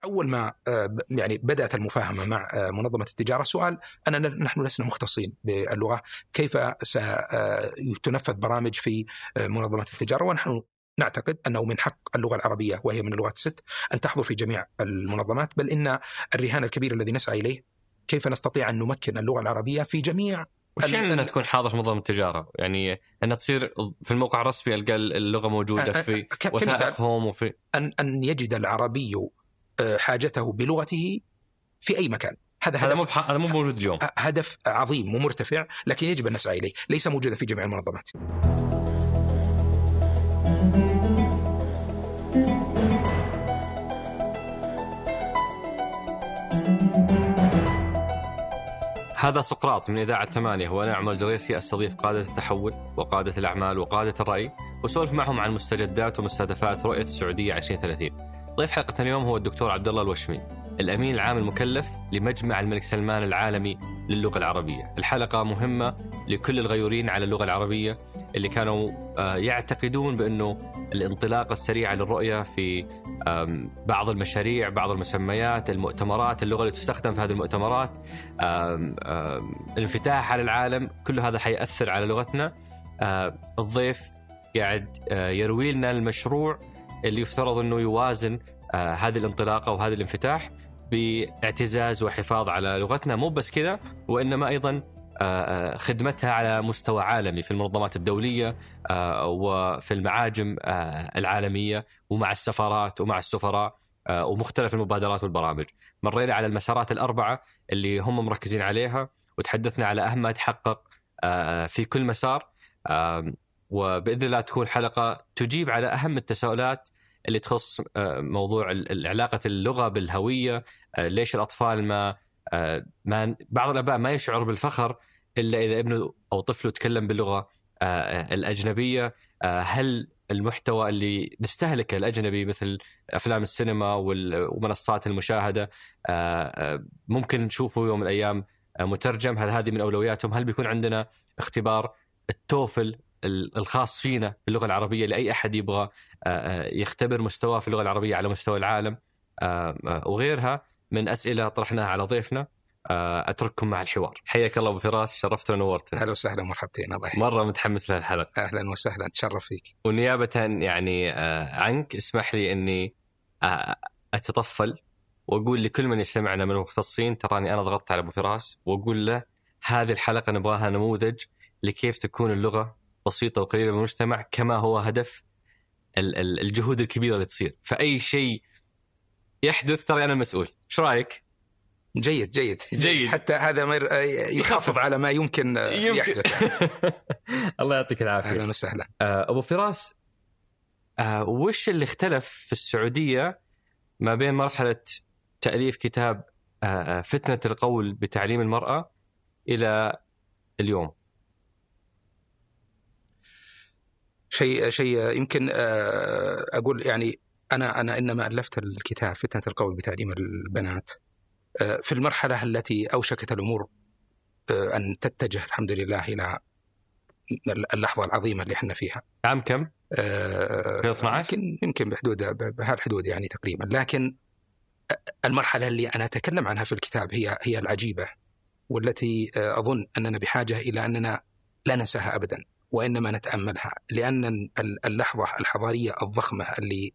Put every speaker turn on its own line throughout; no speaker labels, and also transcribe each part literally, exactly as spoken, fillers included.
أول ما يعني بدأت المفاهمة مع منظمة التجارة سؤال أنا نحن لسنا مختصين باللغة، كيف ستنفذ برامج في منظمة التجارة؟ ونحن نعتقد أنه من حق اللغة العربية وهي من اللغات الست أن تحضر في جميع المنظمات، بل إن الرهان الكبير الذي نسعى إليه كيف نستطيع أن نمكن اللغة العربية في جميع.
وش يعني أنها تكون حاضرة في منظمة التجارة؟ يعني أنها تصير في الموقع الرسمي ألقى اللغة موجودة في وثائقهم وفي
أن أن يجد العربي حاجته بلغته في أي مكان. هذا
هذا مو هذا مو موجود اليوم.
هدف عظيم ومرتفع، لكن يجب أن نسعى إليه، ليس موجودا في جميع المنظمات.
هذا سقراط من إذاعة ثمانية، وأنا عمر جريسي أستضيف قادة التحول وقادة الأعمال وقادة الرأي، وسولف معهم عن مستجدات ومستهدفات رؤية السعودية عشرين ثلاثين. ضيف حلقة اليوم هو الدكتور عبد الله الوشمي، الأمين العام المكلف لمجمع الملك سلمان العالمي للغة العربية. الحلقة مهمة لكل الغيورين على اللغة العربية اللي كانوا يعتقدون بأنه الانطلاقة السريعة للرؤية في بعض المشاريع، بعض المسميات، المؤتمرات، اللغة اللي تستخدم في هذه المؤتمرات، الانفتاح على العالم، كل هذا حيأثر على لغتنا. الضيف قاعد يروي لنا المشروع اللي يفترض أنه يوازن هذه الانطلاقة وهذا الانفتاح باعتزاز وحفاظ على لغتنا. مو بس كذا، وإنما أيضا خدمتها على مستوى عالمي في المنظمات الدولية وفي المعاجم العالمية ومع السفارات ومع السفراء ومختلف المبادرات والبرامج. مرينا على المسارات الأربعة اللي هم مركزين عليها، وتحدثنا على أهم ما يتحقق في كل مسار، وبإذن الله تكون حلقة تجيب على أهم التساؤلات اللي تخص موضوع علاقة اللغة بالهوية. ليش الأطفال ما ما بعض الآباء ما يشعر بالفخر إلا إذا ابنه أو طفله تكلم باللغة الأجنبية؟ هل المحتوى اللي نستهلكه الأجنبي مثل أفلام السينما ومنصات المشاهدة ممكن نشوفه يوم من الأيام مترجم؟ هل هذه من أولوياتهم؟ هل بيكون عندنا اختبار التوفل الخاص فينا باللغة العربية لأي أحد يبغى يختبر مستواه في اللغة العربية على مستوى العالم؟ وغيرها من أسئلة طرحناها على ضيفنا. أترككم مع الحوار. حياك الله أبو فراس، شرفتنا ونورتنا.
أهلا وسهلا، مرحبتين. الله
مرة متحمس لهالحلقة.
أهلا وسهلا، تشرف فيك.
ونيابة يعني عنك اسمح لي أني أتطفل وأقول لكل من يستمعنا من المختصين تراني أنا ضغطت على أبو فراس، وأقول له هذه الحلقة نبغاها نموذج لكيف تكون اللغة بسيطة وقريبة من المجتمع، كما هو هدف الجهود الكبيرة اللي تصير. فأي شيء يحدث ترى أنا المسؤول. إيش رأيك؟
جيد جيد
جيد.
حتى هذا ما يخفف على ما يمكن, يمكن. يحدث.
الله يعطيك العافية.
أهلا وسهلا.
أبو فراس، وش اللي اختلف في السعودية ما بين مرحلة تأليف كتاب فتنة القول بتعليم المرأة إلى اليوم؟
شيء شيء يمكن أقول يعني أنا أنا إنما ألفت الكتاب فتنة القول بتعليم البنات في المرحلة التي أوشكت الأمور أن تتجه الحمد لله إلى اللحظة العظيمة اللي احنا فيها.
عام كم؟ ألفين واثناشر
يمكن يمكن بحدود بهالحدود يعني تقريبا. لكن المرحلة اللي أنا أتكلم عنها في الكتاب هي هي العجيبة، والتي أظن أننا بحاجة إلى أننا لا ننساها أبدا، وإنما نتأملها، لأن اللحظة الحضارية الضخمة اللي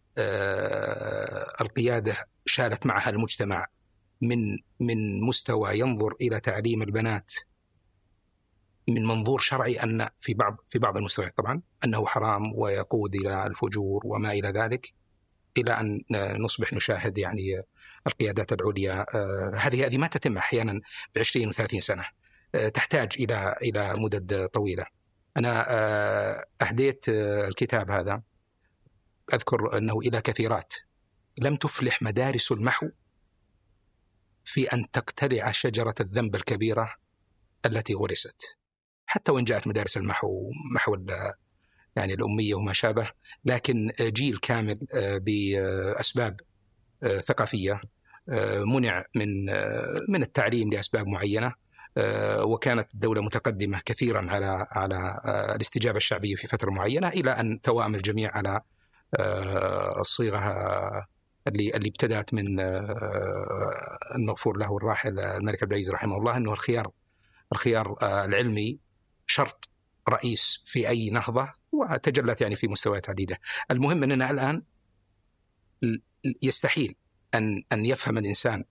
القيادة شالت معها المجتمع من من مستوى ينظر إلى تعليم البنات من منظور شرعي أن في بعض في بعض المستويات طبعا أنه حرام ويقود إلى الفجور وما إلى ذلك، إلى أن نصبح نشاهد يعني القيادات العليا هذه هذه ما تتم أحيانا بعشرين وثلاثين سنة، تحتاج إلى إلى مدد طويلة. أنا أهديت الكتاب هذا، أذكر أنه إلى كثيرات لم تفلح مدارس المحو في أن تقتلع شجرة الذنب الكبيرة التي غرست، حتى وإن جاءت مدارس المحو محو يعني الأمية وما شابه، لكن جيل كامل بأسباب ثقافية منع من من التعليم لأسباب معينة، وكانت الدولة متقدمة كثيرا على على الاستجابة الشعبية في فترة معينة، إلى أن توائم الجميع على الصيغة اللي اللي ابتدأت من المغفور له الراحل الملك عبد العزيز رحمه الله، أنه الخيار الخيار العلمي شرط رئيس في أي نهضة، وتجلت يعني في مستويات عديدة. المهم أننا الآن يستحيل أن أن يفهم الإنسان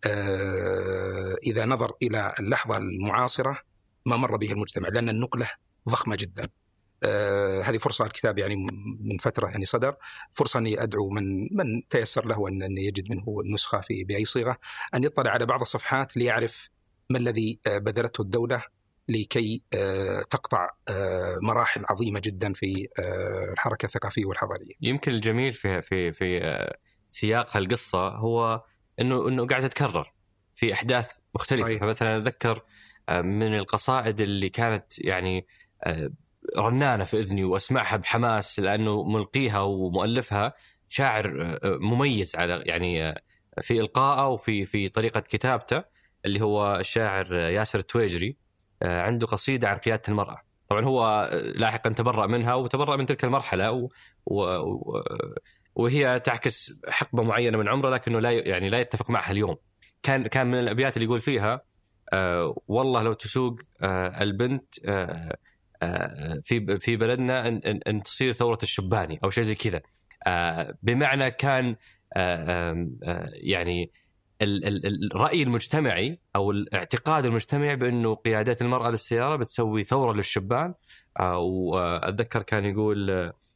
إذا نظر إلى اللحظة المعاصرة ما مر به المجتمع، لأن النقلة ضخمة جدا. آه هذه فرصة الكتاب يعني من فترة يعني صدر، فرصة أني أدعو من من تيسر له أن أن يجد منه النسخة في بأي صيغة أن يطلع على بعض الصفحات ليعرف ما الذي بذلته الدولة لكي آه تقطع آه مراحل عظيمة جدا في آه الحركة الثقافية والحضارية.
يمكن الجميل في في في آه سياق القصة هو إنه إنه قاعد تتكرر في أحداث مختلفة. صحيح. فمثلا أتذكر من القصائد اللي كانت يعني رنانة في إذني وأسمعها بحماس، لأنه ملقيها ومؤلفها شاعر مميز على يعني في إلقائه وفي في طريقة كتابته، اللي هو الشاعر ياسر التويجري. عنده قصيدة عن قيادة المرأة. طبعا هو لاحقا تبرأ منها وتبرأ من تلك المرحلة و و وهي تعكس حقبة معينة من عمره، لكنه لا يعني لا يتفق معها اليوم. كان كان من الأبيات اللي يقول فيها آه والله لو تسوق آه البنت آه آه في في بلدنا أن, أن, أن تصير ثورة الشباني أو شيء زي كذا. آه بمعنى كان آه آه يعني ال ال الرأي المجتمعي أو الاعتقاد المجتمعي بأنه قيادات المرأة للسيارة بتسوي ثورة للشبان. آه وأتذكر كان يقول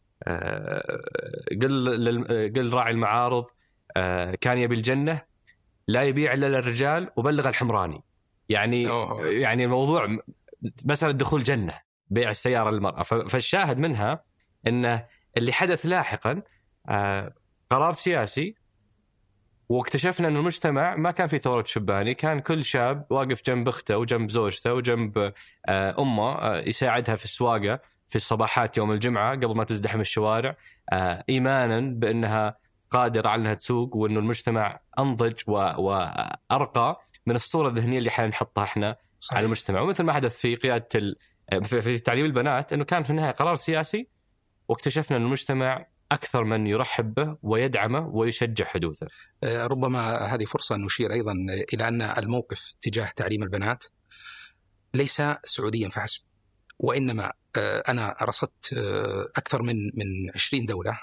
آه قل قل راعي المعارض آه كان يبي الجنة لا يبيع إلا للرجال وبلغ الحمراني. يعني أوه. يعني الموضوع مسألة دخول جنة بيع السيارة للمرأة. فالشاهد منها إنه اللي حدث لاحقا آه قرار سياسي، واكتشفنا أن المجتمع ما كان في ثورة شباني، كان كل شاب واقف جنب أخته وجنب زوجته وجنب آه أمه آه يساعدها في السواقة في الصباحات يوم الجمعة قبل ما تزدحم الشوارع، آه إيمانا بأنها قادرة على أنها تسوق، وأنه المجتمع أنضج وأرقى من الصورة الذهنية اللي حين نحطها إحنا صحيح. على المجتمع. ومثل ما حدث في قيادة ال... في تعليم البنات، أنه كان في النهاية قرار سياسي، واكتشفنا أن المجتمع أكثر من يرحب به ويدعمه ويشجع حدوثه.
ربما هذه فرصة نشير أيضا إلى أن الموقف تجاه تعليم البنات ليس سعوديا فحسب، وإنما أنا رصدت أكثر من من عشرين دولة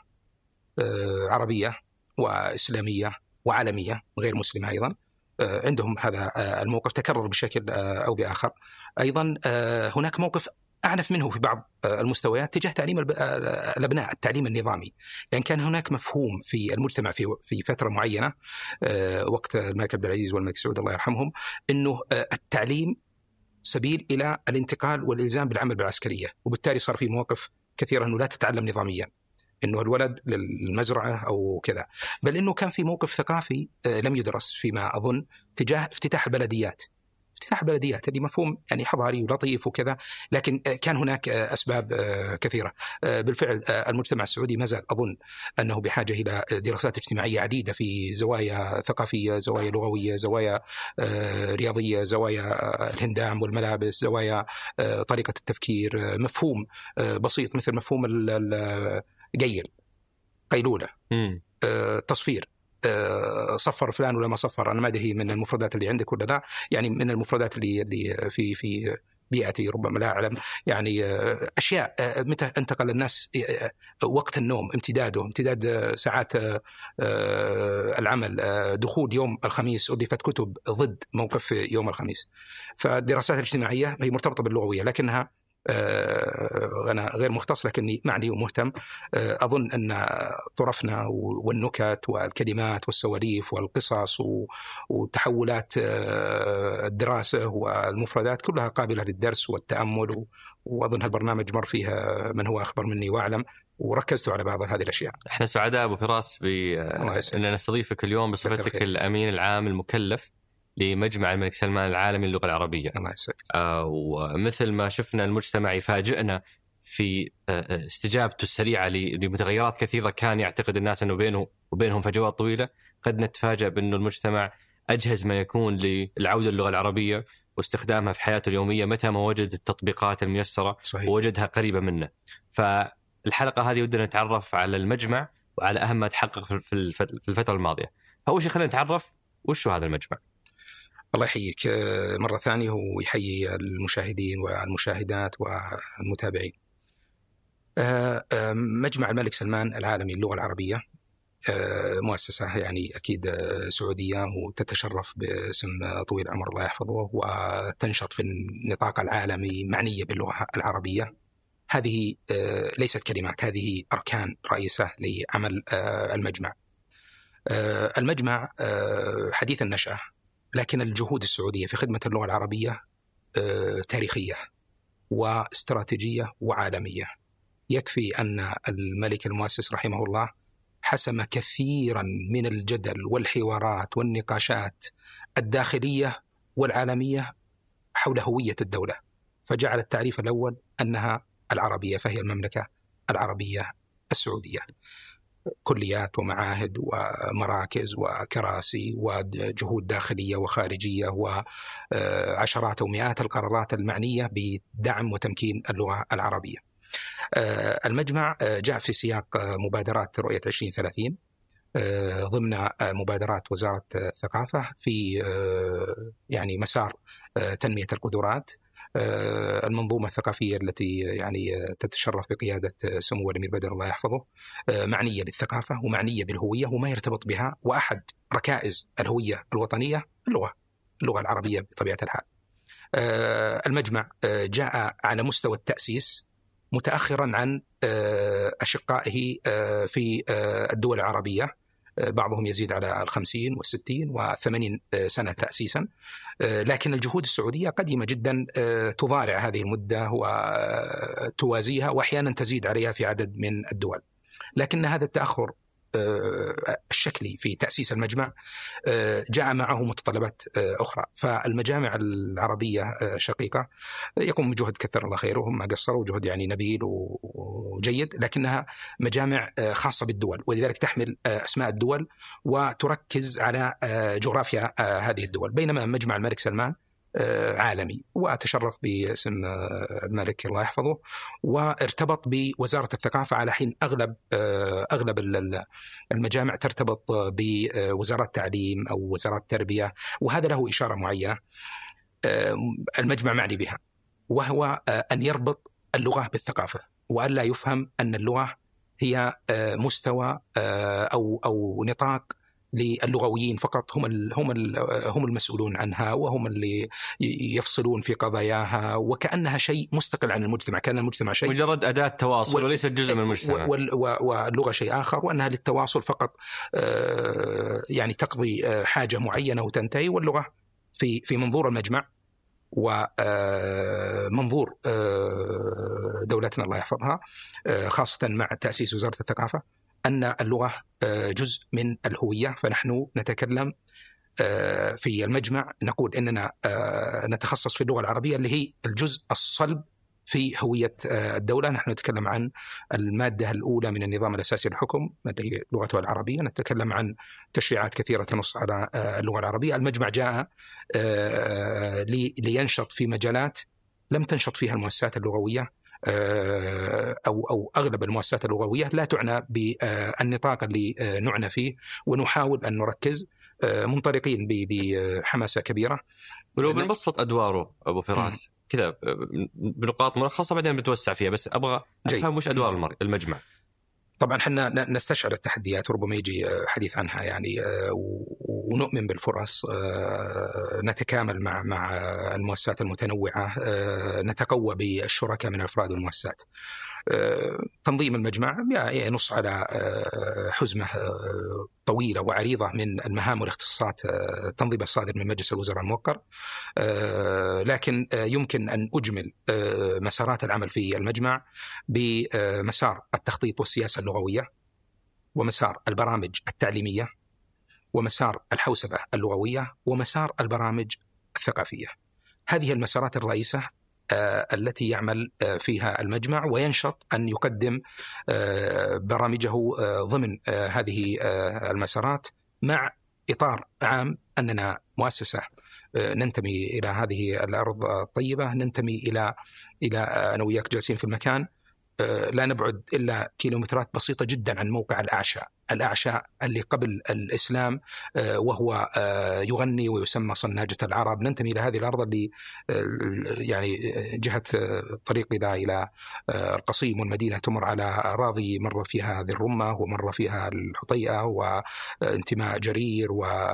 عربية وإسلامية وعالمية غير مسلمة أيضا عندهم هذا الموقف تكرر بشكل أو بآخر. أيضا هناك موقف أعنف منه في بعض المستويات تجاه تعليم الأبناء، التعليم النظامي، لأن كان هناك مفهوم في المجتمع في في فترة معينة وقت الملك عبد العزيز والملك سعود الله يرحمهم، إنه التعليم سبيل إلى الانتقال والإلزام بالعمل بالعسكرية، وبالتالي صار في مواقف كثيرة أنه لا تتعلم نظاميا، إنه الولد للمزرعة أو كذا، بل إنه كان في موقف ثقافي لم يدرس فيما أظن تجاه افتتاح البلديات. افتتاح البلديات اللي مفهوم يعني حضاري ولطيف وكذا، لكن كان هناك أسباب كثيرة. بالفعل المجتمع السعودي ما زال أظن أنه بحاجة إلى دراسات اجتماعية عديدة في زوايا ثقافية، زوايا لغوية، زوايا رياضية، زوايا الهندام والملابس، زوايا طريقة التفكير، مفهوم بسيط مثل مفهوم القيل، قيلولة، تصفير، صفر فلان ولا ما صفر، أنا ما أدري من المفردات اللي عندك ولا لا، يعني من المفردات اللي اللي في في بيئتي ربما لا أعلم، يعني أشياء متى انتقل الناس وقت النوم، امتداده، امتداد ساعات العمل، دخول يوم الخميس، ألفت كتب ضد موقف يوم الخميس. فالدراسات الاجتماعية هي مرتبطة باللغوية، لكنها أنا غير مختص لكني معني ومهتم. أظن أن طرفنا والنكت والكلمات والسواليف والقصص وتحولات الدراسة والمفردات كلها قابلة للدرس والتأمل، وأظن هالبرنامج مر فيها من هو أخبر مني وأعلم، وركزتوا على بعض هذه الأشياء.
احنا سعداء أبو فراس بأن نستضيفك اليوم بصفتك الأمين العام المكلف لمجمع الملك سلمان العالمي للغة العربية.
الله يسعدك.
آه ومثل ما شفنا المجتمع يفاجئنا في آه استجابته السريعة لمتغيرات كثيرة كان يعتقد الناس أنه بينه وبينهم فجوات طويلة، قد نتفاجأ بأنه المجتمع أجهز ما يكون للعودة للغة العربية واستخدامها في حياته اليومية متى ما وجد التطبيقات الميسرة. صحيح. ووجدها قريبة منه. فالحلقة هذه ودنا نتعرف على المجمع وعلى أهم ما تحقق في الفترة الماضية. فأول شيء خلينا نتعرف وش هذا المجمع.
الله يحييك مرة ثانية ويحيي المشاهدين والمشاهدات والمتابعين. مجمع الملك سلمان العالمي للغة العربية مؤسسة يعني أكيد سعودية وتتشرف باسم طويل العمر الله يحفظه، وتنشط في النطاق العالمي معنية باللغة العربية. هذه ليست كلمات، هذه أركان رئيسة لعمل المجمع. المجمع حديث النشأة، لكن الجهود السعودية في خدمة اللغة العربية تاريخية واستراتيجية وعالمية. يكفي أن الملك المؤسس رحمه الله حسم كثيرا من الجدل والحوارات والنقاشات الداخلية والعالمية حول هوية الدولة، فجعل التعريف الأول أنها العربية، فهي المملكة العربية السعودية. كليات ومعاهد ومراكز وكراسي وجهود داخلية وخارجية وعشرات ومئات القرارات المعنية بدعم وتمكين اللغة العربية. المجمع جاء في سياق مبادرات رؤية عشرين ثلاثين ضمن مبادرات وزارة الثقافة في يعني مسار تنمية القدرات. المنظومة الثقافية التي يعني تتشرف بقيادة سمو الأمير بدر الله يحفظه معنية بالثقافة ومعنية بالهوية وما يرتبط بها، وأحد ركائز الهوية الوطنية اللغة اللغة العربية بطبيعة الحال. المجمع جاء على مستوى التأسيس متأخرا عن أشقائه في الدول العربية، بعضهم يزيد على الخمسين والستين والثمانين سنة تأسيسا، لكن الجهود السعودية قديمة جدا تضارع هذه المدة وتوازيها وأحيانا تزيد عليها في عدد من الدول. لكن هذا التأخر الشكلي في تأسيس المجمع جاء معه متطلبات أخرى. فالمجامع العربية شقيقة يقوم بجهد كثر الله خيره، ما قصروا، جهد يعني نبيل وجيد، لكنها مجامع خاصة بالدول، ولذلك تحمل أسماء الدول وتركز على جغرافيا هذه الدول. بينما مجمع الملك سلمان عالمي وأتشرف باسم الملك الله يحفظه، وارتبط بوزارة الثقافة على حين أغلب أغلب المجامع ترتبط بوزارة التعليم أو وزارة التربية، وهذا له إشارة معينة المجمع معني بها، وهو أن يربط اللغة بالثقافة، وأن لا يفهم أن اللغة هي مستوى أو أو نطاق للغويين فقط، هم هم هم المسؤولون عنها وهم اللي يفصلون في قضاياها، وكأنها شيء مستقل عن المجتمع، كان المجتمع شيء
مجرد أداة تواصل وليست جزء من المجتمع،
واللغة شيء آخر، وأنها للتواصل فقط، يعني تقضي حاجة معينة وتنتهي. واللغة في في منظور المجمع ومنظور دولتنا الله يحفظها، خاصة مع تأسيس وزارة الثقافة، أن اللغة جزء من الهوية. فنحن نتكلم في المجمع نقول أننا نتخصص في اللغة العربية اللي هي الجزء الصلب في هوية الدولة. نحن نتكلم عن المادة الأولى من النظام الأساسي للحكم اللي هي لغتها العربية، نتكلم عن تشريعات كثيرة تنص على اللغة العربية. المجمع جاء لينشط في مجالات لم تنشط فيها المؤسسات اللغوية أو أو أغلب المؤسسات اللغوية لا تعنى بالنطاق اللي نعنى فيه، ونحاول أن نركز منطلقين بحماسة كبيرة.
ولو بنبسط أدواره أبو فراس كذا بنقاط ملخصة بعدين بنتوسع فيها، بس أبغى أفهم وش أدوار المجمع.
طبعا حنا نستشعر التحديات وربما يجي حديث عنها يعني، ونؤمن بالفرص، نتكامل مع مع المؤسسات المتنوعة، نتقوى بالشركاء من الأفراد والمؤسسات. تنظيم المجمع ينص على حزمة طويلة وعريضة من المهام والاختصاصات، تنظيم الصادر من مجلس الوزراء الموقر، لكن يمكن أن أجمل مسارات العمل في المجمع بمسار التخطيط والسياسة اللغوية، ومسار البرامج التعليمية، ومسار الحوسبة اللغوية، ومسار البرامج الثقافية. هذه المسارات الرئيسة التي يعمل فيها المجمع، وينشط أن يقدم برامجه ضمن هذه المسارات مع إطار عام أننا مؤسسة ننتمي إلى هذه الأرض الطيبة، ننتمي إلى إلى أنا وياك جالسين في المكان لا نبعد إلا كيلومترات بسيطة جدا عن موقع الأعشى الأعشى اللي قبل الإسلام، وهو يغني ويسمى صناجة العرب. ننتمي إلى هذه الأرض اللي يعني جهة طريق إلى إلى القصيم والمدينة تمر على أراضي مر فيها ذي الرمة ومر فيها الحطيئة وانتماء جرير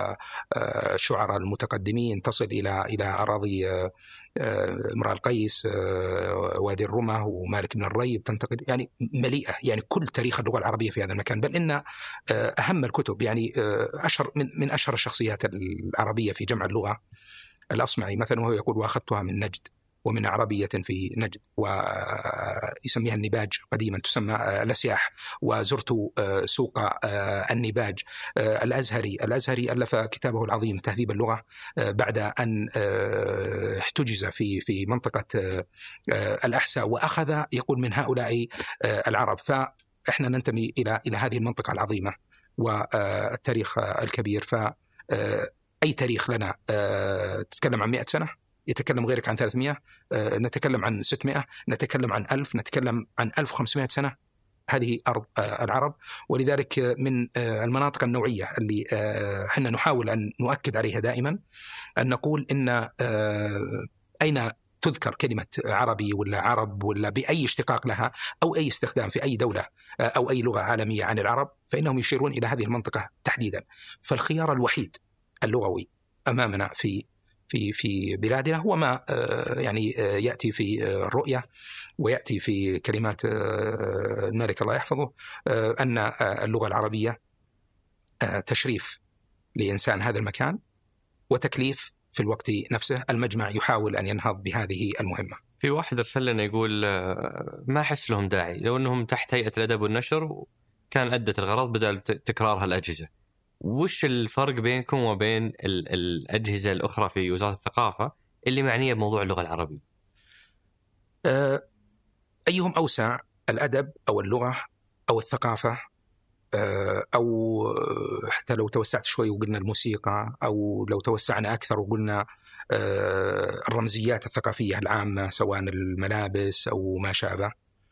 وشعراء المتقدمين، تصل إلى إلى أراضي امرأ القيس، وادي الرمة ومالك بن الريب، تنتقل يعني مليئة، يعني كل تاريخ اللغة العربية في هذا المكان. بل إن أهم الكتب، يعني أشهر من من أشهر الشخصيات العربية في جمع اللغة الأصمعي مثلا، وهو يقول: وأخذتها من نجد ومن عربية في نجد، ويسميها النباج قديما تسمى الأسياح، وزرت سوق النباج. الأزهري الأزهري ألف كتابه العظيم تهذيب اللغة بعد أن احتجز في في منطقة الأحساء، وأخذ يقول من هؤلاء العرب. فإحنا ننتمي إلى إلى هذه المنطقة العظيمة والتاريخ الكبير. فأي تاريخ لنا تتكلم عن مئة سنة، يتكلم غيرك عن ثلاثمئة، نتكلم عن ستمئة، نتكلم عن ألف، نتكلم عن ألف وخمسمئة سنة. هذه أرض العرب، ولذلك من المناطق النوعية اللي حنا نحاول أن نؤكد عليها دائما، أن نقول إن أين تذكر كلمة عربي ولا عرب ولا بأي اشتقاق لها أو أي استخدام في أي دولة أو أي لغة عالمية عن العرب، فإنهم يشيرون إلى هذه المنطقة تحديدا. فالخيار الوحيد اللغوي أمامنا في في في بلادنا هو ما يعني يأتي في الرؤية ويأتي في كلمات الملك الله يحفظه، أن اللغة العربية تشريف لإنسان هذا المكان وتكليف في الوقت نفسه. المجمع يحاول أن ينهض بهذه المهمة.
في واحد أرسل لنا يقول ما أحس لهم داعي، لو أنهم تحت هيئة الأدب والنشر كان أدت الغرض بدل تكرارها الأجهزة. وش الفرق بينكم وبين الأجهزة الأخرى في وزارة الثقافة اللي معنية بموضوع اللغة العربية؟
أيهم أوسع، الأدب أو اللغة أو الثقافة، أو حتى لو توسعت شوي وقلنا الموسيقى، أو لو توسعنا أكثر وقلنا الرمزيات الثقافية العامة سواء الملابس أو ما شابه.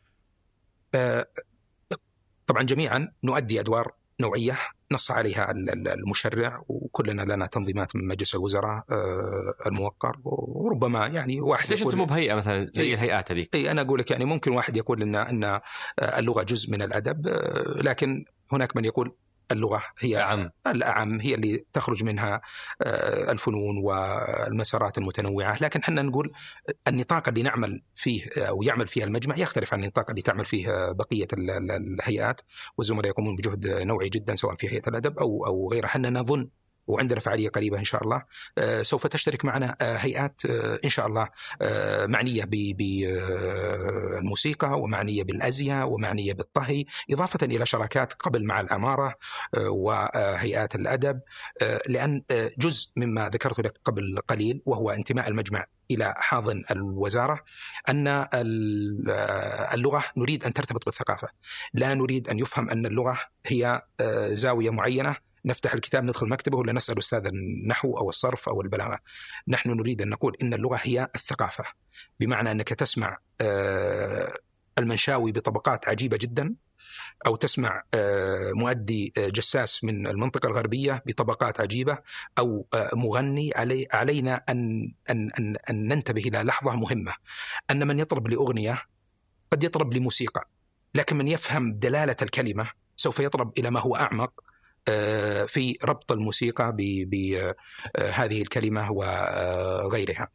طبعا جميعا نؤدي أدوار نوعية نص عليها المشرع، وكلنا لنا تنظيمات من مجلس الوزراء الموقر، وربما يعني واحد
ليش انتم بهيئة مثلا زي الهيئات هذيك؟
اي انا اقول لك يعني ممكن واحد يقول ان ان اللغة جزء من الأدب، لكن هناك من يقول اللغة هي
الأعم.
الأعم، هي اللي تخرج منها الفنون والمسارات المتنوعة. لكن حنا نقول النطاق اللي نعمل فيه أو يعمل فيه المجمع يختلف عن النطاق اللي تعمل فيه بقية الهيئات، والزملاء يقومون بجهد نوعي جدا سواء في هيئة الأدب أو أو غيرها. حنا نظن وعندنا فعالية قريبة إن شاء الله سوف تشترك معنا هيئات إن شاء الله معنية بالموسيقى ومعنية بالأزياء ومعنية بالطهي، إضافة إلى شراكات قبل مع العمارة وهيئات الأدب، لأن جزء مما ذكرت لك قبل قليل وهو انتماء المجمع إلى حاضن الوزارة، أن اللغة نريد أن ترتبط بالثقافة. لا نريد أن يفهم أن اللغة هي زاوية معينة، نفتح الكتاب ندخل مكتبه ولا نسأل أستاذ النحو أو الصرف أو البلاغة. نحن نريد أن نقول إن اللغة هي الثقافة، بمعنى أنك تسمع المنشاوي بطبقات عجيبة جدا، أو تسمع مؤدي جساس من المنطقة الغربية بطبقات عجيبة، أو مغني. علي علينا أن, أن, أن, أن ننتبه إلى لحظة مهمة، أن من يطلب لأغنية قد يطلب لموسيقى، لكن من يفهم دلالة الكلمة سوف يطلب إلى ما هو أعمق في ربط الموسيقى بهذه الكلمة وغيرها.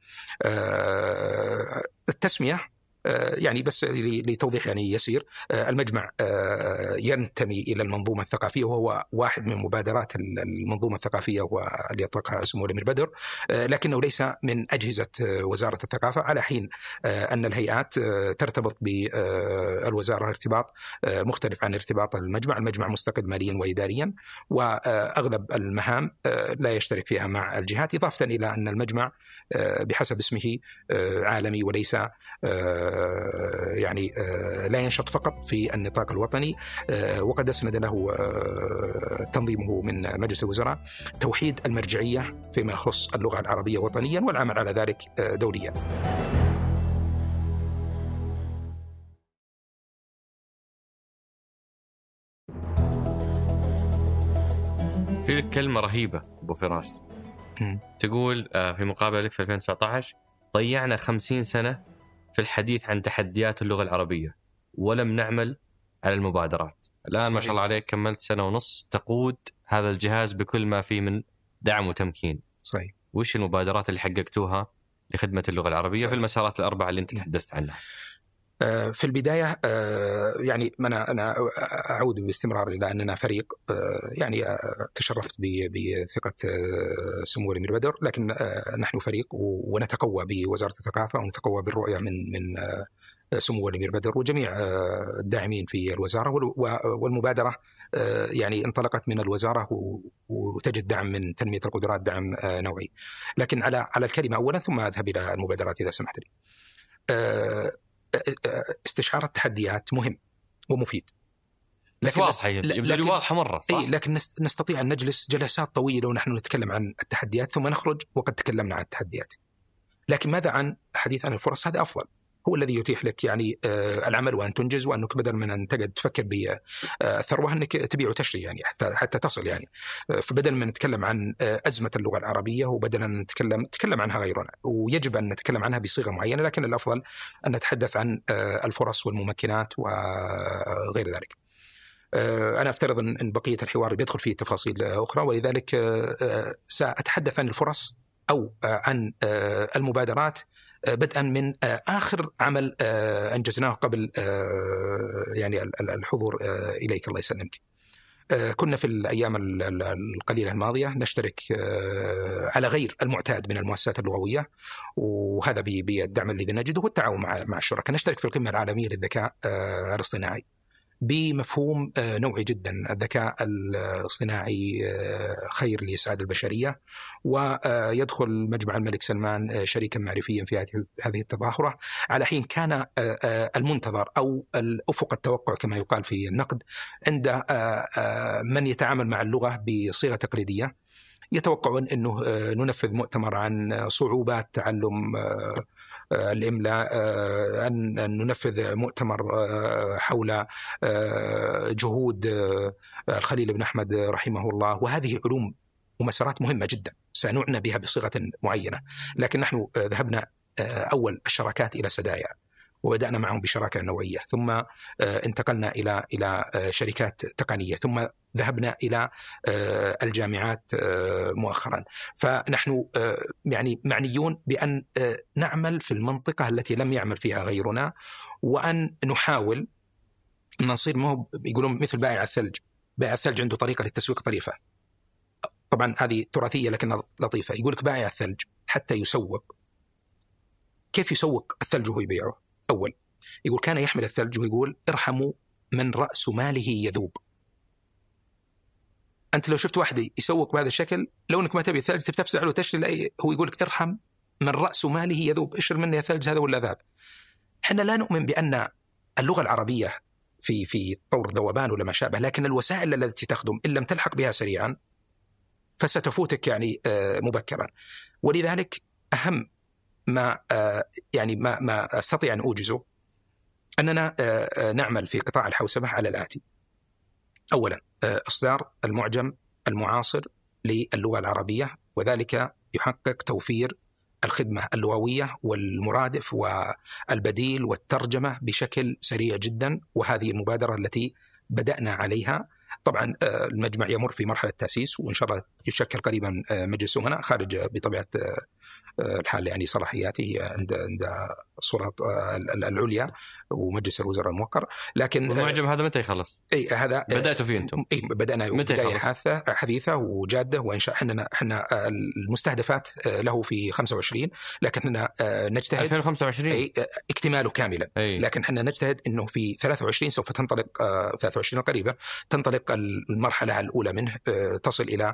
التسمية يعني بس لتوضيح يعني يسير، المجمع ينتمي إلى المنظومة الثقافية، وهو واحد من مبادرات المنظومة الثقافية واللي يطلقها سمو الأمير بدر، لكنه ليس من أجهزة وزارة الثقافة، على حين أن الهيئات ترتبط بالوزارة ارتباط مختلف عن ارتباط المجمع. المجمع مستقل ماليا وإداريا، وأغلب المهام لا يشترك فيها مع الجهات، إضافة إلى أن المجمع بحسب اسمه عالمي وليس يعني لا ينشط فقط في النطاق الوطني، وقد أسند له تنظيمه من مجلس الوزراء توحيد المرجعية فيما يخص اللغة العربية وطنيا، والعمل على ذلك دوليا.
في لك كلمة رهيبة أبو فراس
م.
تقول في مقابلة لك في ألفين وتسعة عشر ضيعنا خمسين سنة في الحديث عن تحديات اللغة العربية ولم نعمل على المبادرات. الآن صحيح. ما شاء الله عليك كملت سنة ونص تقود هذا الجهاز بكل ما فيه من دعم وتمكين.
صحيح.
وش المبادرات اللي حققتوها لخدمة اللغة العربية صحيح. في المسارات الأربعة اللي أنت تحدثت عنها؟
في البداية يعني أنا أنا أعود باستمرار إلى أننا فريق، يعني تشرفت بثقة سمو الأمير بدر، لكن نحن فريق ونتقوى بوزارة الثقافة ونتقوى بالرؤية من من سمو الأمير بدر وجميع الداعمين في الوزارة. والمبادرة يعني انطلقت من الوزارة وتجد دعم من تنمية القدرات، دعم نوعي. لكن على على الكلمة أولا ثم أذهب إلى المبادرات إذا سمحت لي. استشعار التحديات مهم ومفيد،
لكن واضحة لكن واضحة مرة صح؟
أي لكن نستطيع أن نجلس جلسات طويلة ونحن نتكلم عن التحديات ثم نخرج وقد تكلمنا عن التحديات. لكن ماذا عن الحديث عن الفرص؟ هذا أفضل، هو الذي يتيح لك يعني العمل وأن تنجز، وأنك بدل من أن تقعد تفكر بالثروة أنك تبيع وتشتري يعني حتى حتى تصل يعني. فبدل من نتكلم عن أزمة اللغة العربية وبدل أن نتكلم نتكلم عنها غيرنا، ويجب أن نتكلم عنها بصيغة معينة، لكن الأفضل أن نتحدث عن الفرص والممكنات وغير ذلك. أنا أفترض أن بقية الحوار بيدخل فيه تفاصيل أخرى، ولذلك سأتحدث عن الفرص أو عن المبادرات بدءا من آخر عمل أنجزناه قبل يعني الحضور إليك الله يسلمك. كنا في الأيام القليلة الماضية نشترك على غير المعتاد من المؤسسات اللغوية، وهذا بالدعم الذي نجده والتعاون مع مع الشركاء. نشترك في القمة العالمية للذكاء الاصطناعي بمفهوم نوعي جدا. الذكاء الاصطناعي خير لإسعاد البشرية، ويدخل مجمع الملك سلمان شريكا معرفيا في هذه التظاهرة على حين كان المنتظر أو الأفق التوقع كما يقال في النقد عند من يتعامل مع اللغة بصيغة تقليدية، يتوقعون أنه ننفذ مؤتمر عن صعوبات تعلم الإملاء، أن ننفذ مؤتمر حول جهود الخليل بن أحمد رحمه الله، وهذه علوم ومسارات مهمة جدا سنعنى بها بصيغة معينة. لكن نحن ذهبنا أول الشراكات إلى سدايا وبدأنا معهم بشراكة نوعية، ثم انتقلنا إلى إلى شركات تقنية، ثم ذهبنا إلى الجامعات مؤخرا. فنحن يعني معنيون بأن نعمل في المنطقة التي لم يعمل فيها غيرنا، وأن نحاول أن نصير ما يقولون مثل بائع الثلج. بائع الثلج عنده طريقة للتسويق طريفة، طبعا هذه تراثية لكن لطيفة. يقولك بائع الثلج حتى يسوق، كيف يسوق الثلج وهو يبيعه؟ أول يقول كان يحمل الثلج ويقول ارحموا من رأس ماله يذوب. أنت لو شفت واحد يسوق بهذا الشكل، لو أنك ما تبي الثلج تفتفزع له وتشتري، هو يقولك ارحم من رأس ماله يذوب، اشتر مني الثلج هذا ولا ذاب. حنا لا نؤمن بأن اللغة العربية في في طور ذوبان ولا ما شابه، لكن الوسائل التي تخدم إن لم تلحق بها سريعا فستفوتك يعني مبكرا. ولذلك أهم ما يعني ما ما استطيع ان اوجزه اننا نعمل في قطاع الحوسبه على الاتي: اولا اصدار المعجم المعاصر للغه العربيه، وذلك يحقق توفير الخدمه اللغويه والمرادف والبديل والترجمه بشكل سريع جدا، وهذه المبادره التي بدانا عليها. طبعا المجمع يمر في مرحله تاسيس، وان شاء الله يشكل قريبا مجلس امناء خارج بطبيعه الحال يعني صلاحياته عند عند السلطات العليا ومجلس الوزراء الموقر. لكن
المعجم هذا متى يخلص؟
اي هذا
بدأتوا فيه انتم؟
اي بدأنا بداية حاثة حديثة وجادة، وان شاء احنا احنا المستهدفات له في خمسة وعشرين، لكن احنا نجتهد
ألفين وخمسة وعشرين
اي اكتماله كاملا.
أي.
لكن احنا نجتهد انه في ثلاثة وعشرين سوف تنطلق ثلاثة وعشرين القريبة تنطلق المرحلة الأولى منه، تصل إلى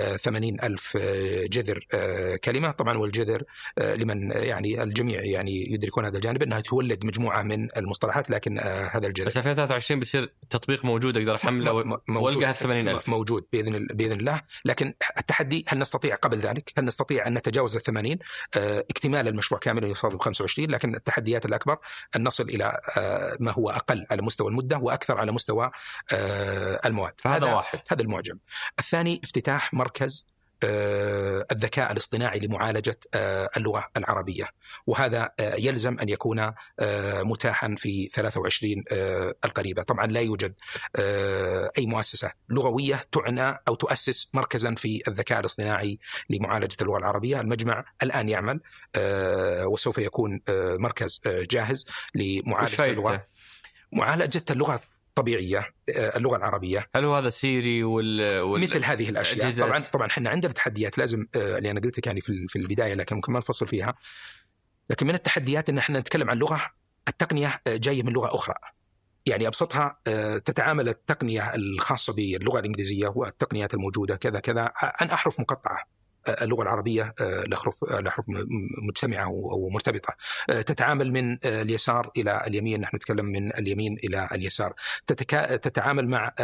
ثمانين ألف جذر كلمة. طبعا والجذر لمن يعني الجميع يعني يدركون هذا الجانب أنها تولد مجموعة من المصطلحات، لكن هذا الجذر
بس ألفين وثلاثة وعشرين بيصير تطبيق موجود أقدر أحمله والقى الثمانين ألف
موجود بإذن بإذن الله. لكن التحدي هل نستطيع قبل ذلك، هل نستطيع أن نتجاوز الثمانين اكتمال المشروع كاملا يفاضل خمسة وعشرين؟ لكن التحديات الأكبر أن نصل إلى ما هو أقل على مستوى المدة وأكثر على مستوى المواد.
هذا واحد.
هذا المعجم. الثاني افتتاح مركز الذكاء الاصطناعي لمعالجة اللغة العربية، وهذا يلزم أن يكون متاحا في ثلاثة وعشرين القريبة. طبعا لا يوجد أي مؤسسة لغوية تعنى أو تؤسس مركزا في الذكاء الاصطناعي لمعالجة اللغة العربية. المجمع الآن يعمل وسوف يكون مركز جاهز لمعالجة اللغة معالجة اللغة طبيعية اللغة العربية.
هل هو هذا سيري وال... وال...
مثل هذه الأشياء؟
الجزء...
طبعا طبعا احنا عندنا تحديات لازم اللي أنا قلت يعني في في البداية، لكن ممكن ما نفصل فيها. لكن من التحديات إن احنا نتكلم عن لغة، التقنية جاية من لغة أخرى. يعني أبسطها تتعامل التقنية الخاصة باللغة الإنجليزية والتقنيات الموجودة كذا كذا عن أحرف مقطعة. اللغة العربية لأحرف لأحرف مجتمعة أو مرتبطة، تتعامل من اليسار إلى اليمين، نحن نتكلم من اليمين إلى اليسار. تتكا... تتعامل مع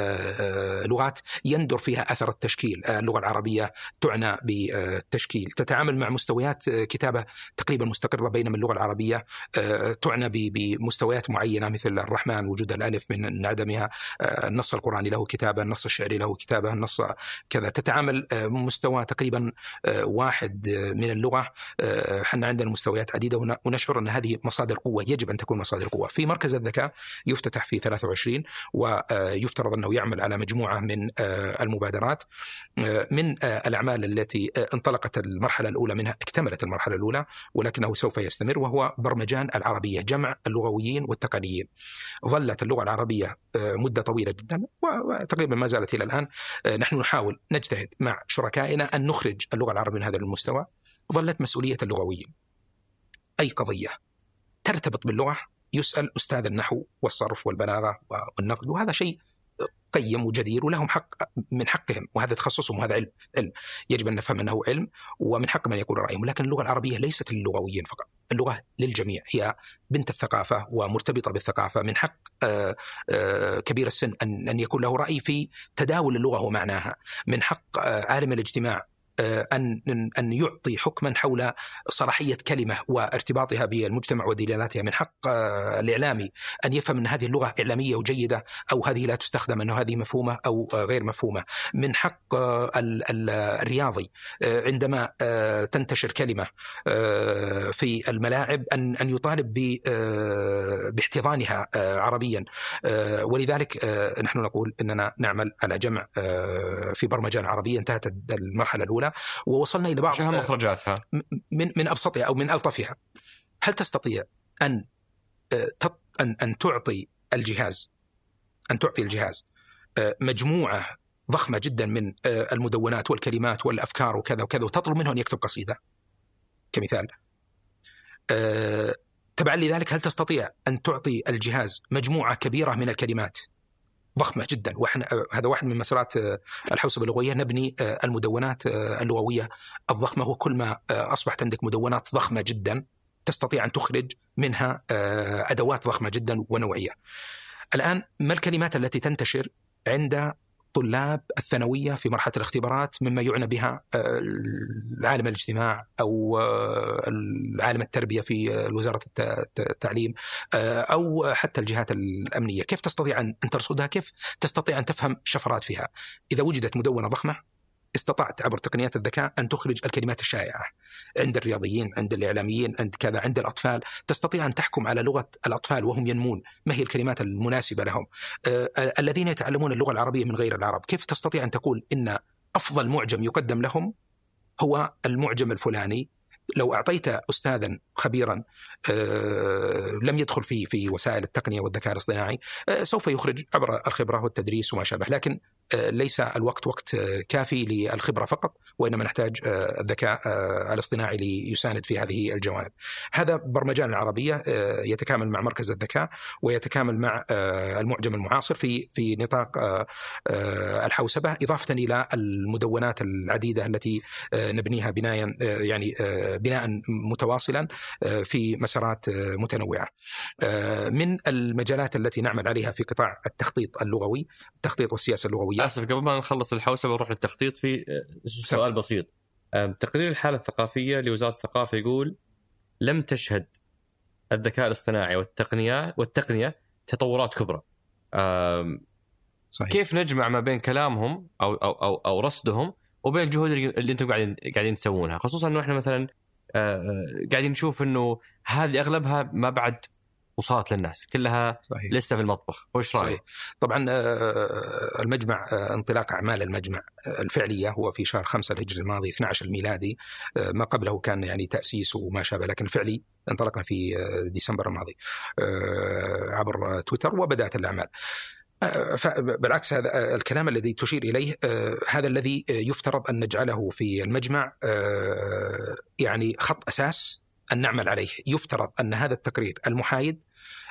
لغات يندر فيها أثر التشكيل. اللغة العربية تعنى بالتشكيل. تتعامل مع مستويات كتابة تقريبا مستقرة، بينما اللغة العربية تعنى بمستويات معينة مثل الرحمن، وجود الألف من عدمها، النص القرآني له كتابة، النص الشعري له كتابة، النص كذا. تتعامل مستوى تقريبا واحد من اللغة. حنا عندنا مستويات عديدة ونشعر أن هذه مصادر قوة، يجب أن تكون مصادر قوة. في مركز الذكاء يفتتح في ثلاثة وعشرين ويفترض أنه يعمل على مجموعة من المبادرات. من الأعمال التي انطلقت المرحلة الأولى منها، اكتملت المرحلة الأولى ولكنه سوف يستمر، وهو برمجان العربية، جمع اللغويين والتقنيين. ظلت اللغة العربية مدة طويلة جدا وتقريبا ما زالت إلى الآن نحن نحاول نجتهد مع شركائنا أن نخرج اللغة العربية من هذا المستوى. ظلت مسؤولية اللغويين. أي قضية ترتبط باللغة يسأل أستاذ النحو والصرف والبلاغة والنقد، وهذا شيء قيم وجدير ولهم حق، من حقهم، وهذا تخصصهم وهذا علم علم يجب أن نفهم أنه علم ومن حق من يقول رأيهم. لكن اللغة العربية ليست للغويين فقط، اللغة للجميع، هي بنت الثقافة ومرتبطة بالثقافة. من حق آآ آآ كبير السن أن أن يكون له رأي في تداول اللغة ومعناها. من حق عالم الاجتماع أن أن يعطي حكما حول صلاحية كلمة وارتباطها بالمجتمع ودلالاتها. من حق الإعلامي أن يفهم أن هذه اللغة إعلامية وجيدة أو هذه لا تستخدم، أنه هذه مفهومة أو غير مفهومة. من حق الرياضي عندما تنتشر كلمة في الملاعب أن أن يطالب باحتضانها عربيا. ولذلك نحن نقول أننا نعمل على جمع في برمجان عربية. انتهت المرحلة الأولى ووصلنا إلى بعض
شو مخرجاتها
من من أبسطها أو من ألطفها. هل تستطيع أن أن أن تعطي الجهاز أن تعطي الجهاز مجموعة ضخمة جدا من المدونات والكلمات والأفكار وكذا وكذا، وتطلب منه أن يكتب قصيدة كمثال؟ تبعا لذلك هل تستطيع أن تعطي الجهاز مجموعة كبيرة من الكلمات ضخمة جدا؟ وإحنا هذا واحد من مسارات الحوسبة اللغوية، نبني المدونات اللغوية الضخمة. وكل ما أصبحت عندك مدونات ضخمة جدا تستطيع أن تخرج منها أدوات ضخمة جدا ونوعية. الآن ما الكلمات التي تنتشر عند طلاب الثانوية في مرحلة الاختبارات مما يعنى بها العالم الاجتماع أو العالم التربية في وزارة التعليم أو حتى الجهات الأمنية؟ كيف تستطيع أن ترصدها؟ كيف تستطيع أن تفهم شفرات فيها؟ إذا وجدت مدونة ضخمة استطعت عبر تقنيات الذكاء أن تخرج الكلمات الشائعة عند الرياضيين، عند الإعلاميين، عند كذا، عند الأطفال. تستطيع أن تحكم على لغة الأطفال وهم ينمون، ما هي الكلمات المناسبة لهم. آه الذين يتعلمون اللغة العربية من غير العرب، كيف تستطيع أن تقول إن أفضل معجم يقدم لهم هو المعجم الفلاني؟ لو أعطيت أستاذا خبيرا آه لم يدخل في في وسائل التقنية والذكاء الاصطناعي آه سوف يخرج عبر الخبرة والتدريس وما شابه، لكن ليس الوقت وقت كافي للخبرة فقط، وإنما نحتاج الذكاء الاصطناعي ليساند في هذه الجوانب. هذا برمجان العربية يتكامل مع مركز الذكاء ويتكامل مع المعجم المعاصر في في نطاق الحوسبة، إضافة إلى المدونات العديدة التي نبنيها بناء يعني بناء متواصلا في مسارات متنوعة. من المجالات التي نعمل عليها في قطاع التخطيط اللغوي، التخطيط والسياسة اللغوية.
آسف قبل ما نخلص الحوسبة ونروح للتخطيط، في سؤال بسيط. تقرير الحالة الثقافية لوزارة الثقافة يقول لم تشهد الذكاء الاصطناعي والتقنية والتقنية تطورات كبرى. صحيح. كيف نجمع ما بين كلامهم أو أو أو, أو رصدهم وبين الجهود اللي أنتم قاعدين قاعدين تسوونها، خصوصا إنه إحنا مثلا قاعدين نشوف إنه هذه أغلبها ما بعد وصلت للناس، كلها صحيح. لسه في المطبخ. وش رأيك؟
طبعا المجمع، انطلاق أعمال المجمع الفعلية هو في شهر خمسة الهجري الماضي اثني عشر الميلادي، ما قبله كان يعني تأسيس وما شابه، لكن الفعلي انطلقنا في ديسمبر الماضي عبر تويتر وبدأت الأعمال. بالعكس، هذا الكلام الذي تشير إليه هذا الذي يفترض أن نجعله في المجمع يعني خط أساس أن نعمل عليه. يفترض أن هذا التقرير المحايد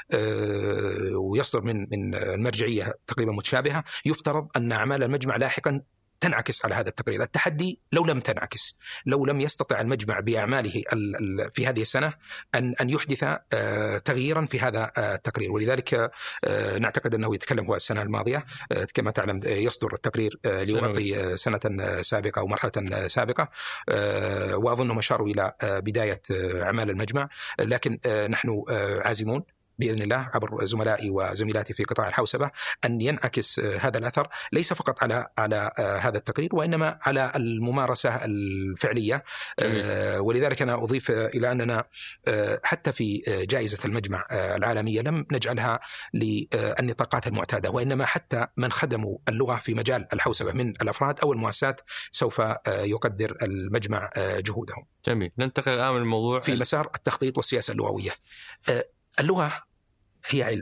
ويصدر من من المرجعية تقريبا متشابهة، يفترض أن أعمال المجمع لاحقا تنعكس على هذا التقرير. التحدي لو لم تنعكس، لو لم يستطع المجمع بأعماله في هذه السنة أن أن يحدث تغييرا في هذا التقرير. ولذلك نعتقد أنه يتكلم هو السنة الماضية كما تعلم يصدر التقرير ليغطي سنة سابقة أو مرحلة سابقة، وأظنهم أشاروا إلى بداية أعمال المجمع، لكن نحن عازمون بإذن الله عبر زملائي وزميلاتي في قطاع الحوسبة أن ينعكس هذا الأثر ليس فقط على على هذا التقرير وإنما على الممارسة الفعلية. جميل. ولذلك أنا أضيف إلى أننا حتى في جائزة المجمع العالمية لم نجعلها للنطاقات المعتادة، وإنما حتى من خدموا اللغة في مجال الحوسبة من الأفراد أو المؤسسات سوف يقدر المجمع جهودهم.
جميل. ننتقل الآن من الموضوع
في مسار التخطيط والسياسة اللغوية. اللغة هي علم،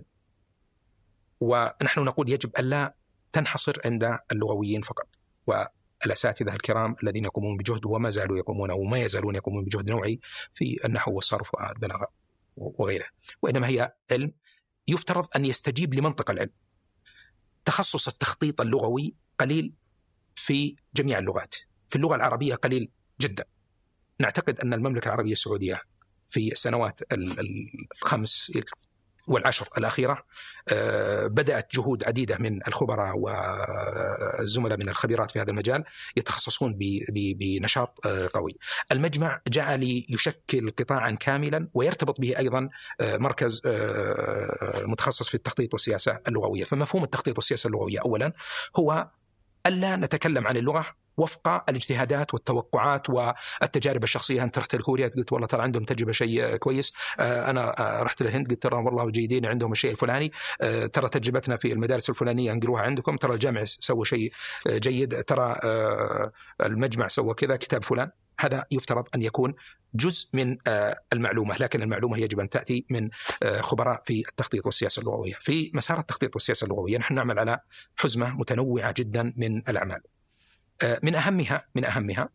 ونحن نقول يجب ألا تنحصر عند اللغويين فقط والأساتذة الكرام الذين يقومون بجهد وما زالوا يقومون أو ما يزالون يقومون بجهد نوعي في النحو والصرف والبلاغة وغيره، وإنما هي علم يفترض أن يستجيب لمنطق العلم. تخصص التخطيط اللغوي قليل في جميع اللغات، في اللغة العربية قليل جدا. نعتقد أن المملكة العربية السعودية في السنوات الخمس والعشر الأخيرة بدأت جهود عديدة من الخبراء والزملاء من الخبيرات في هذا المجال يتخصصون بنشاط قوي. المجمع جاء ليشكل قطاعا كاملا ويرتبط به أيضا مركز متخصص في التخطيط والسياسة اللغوية. فمفهوم التخطيط والسياسة اللغوية أولا هو ألا نتكلم عن اللغة وفق الاجتهادات والتوقعات والتجارب الشخصية. أنت رحت لكوريا قلت والله ترى عندهم تجربة شيء كويس، أنا رحت للهند قلت ترى والله جيدين عندهم الشيء الفلاني، ترى تجربتنا في المدارس الفلانية انقلوها عندكم، ترى الجامع سوى شيء جيد، ترى المجمع سوى كذا كتاب فلان. هذا يفترض أن يكون جزء من المعلومة، لكن المعلومة يجب أن تأتي من خبراء في التخطيط والسياسة اللغوية. في مسار التخطيط والسياسة اللغوية نحن نعمل على حزمة متنوعة جدا من الأعمال. من أهمها من أهمها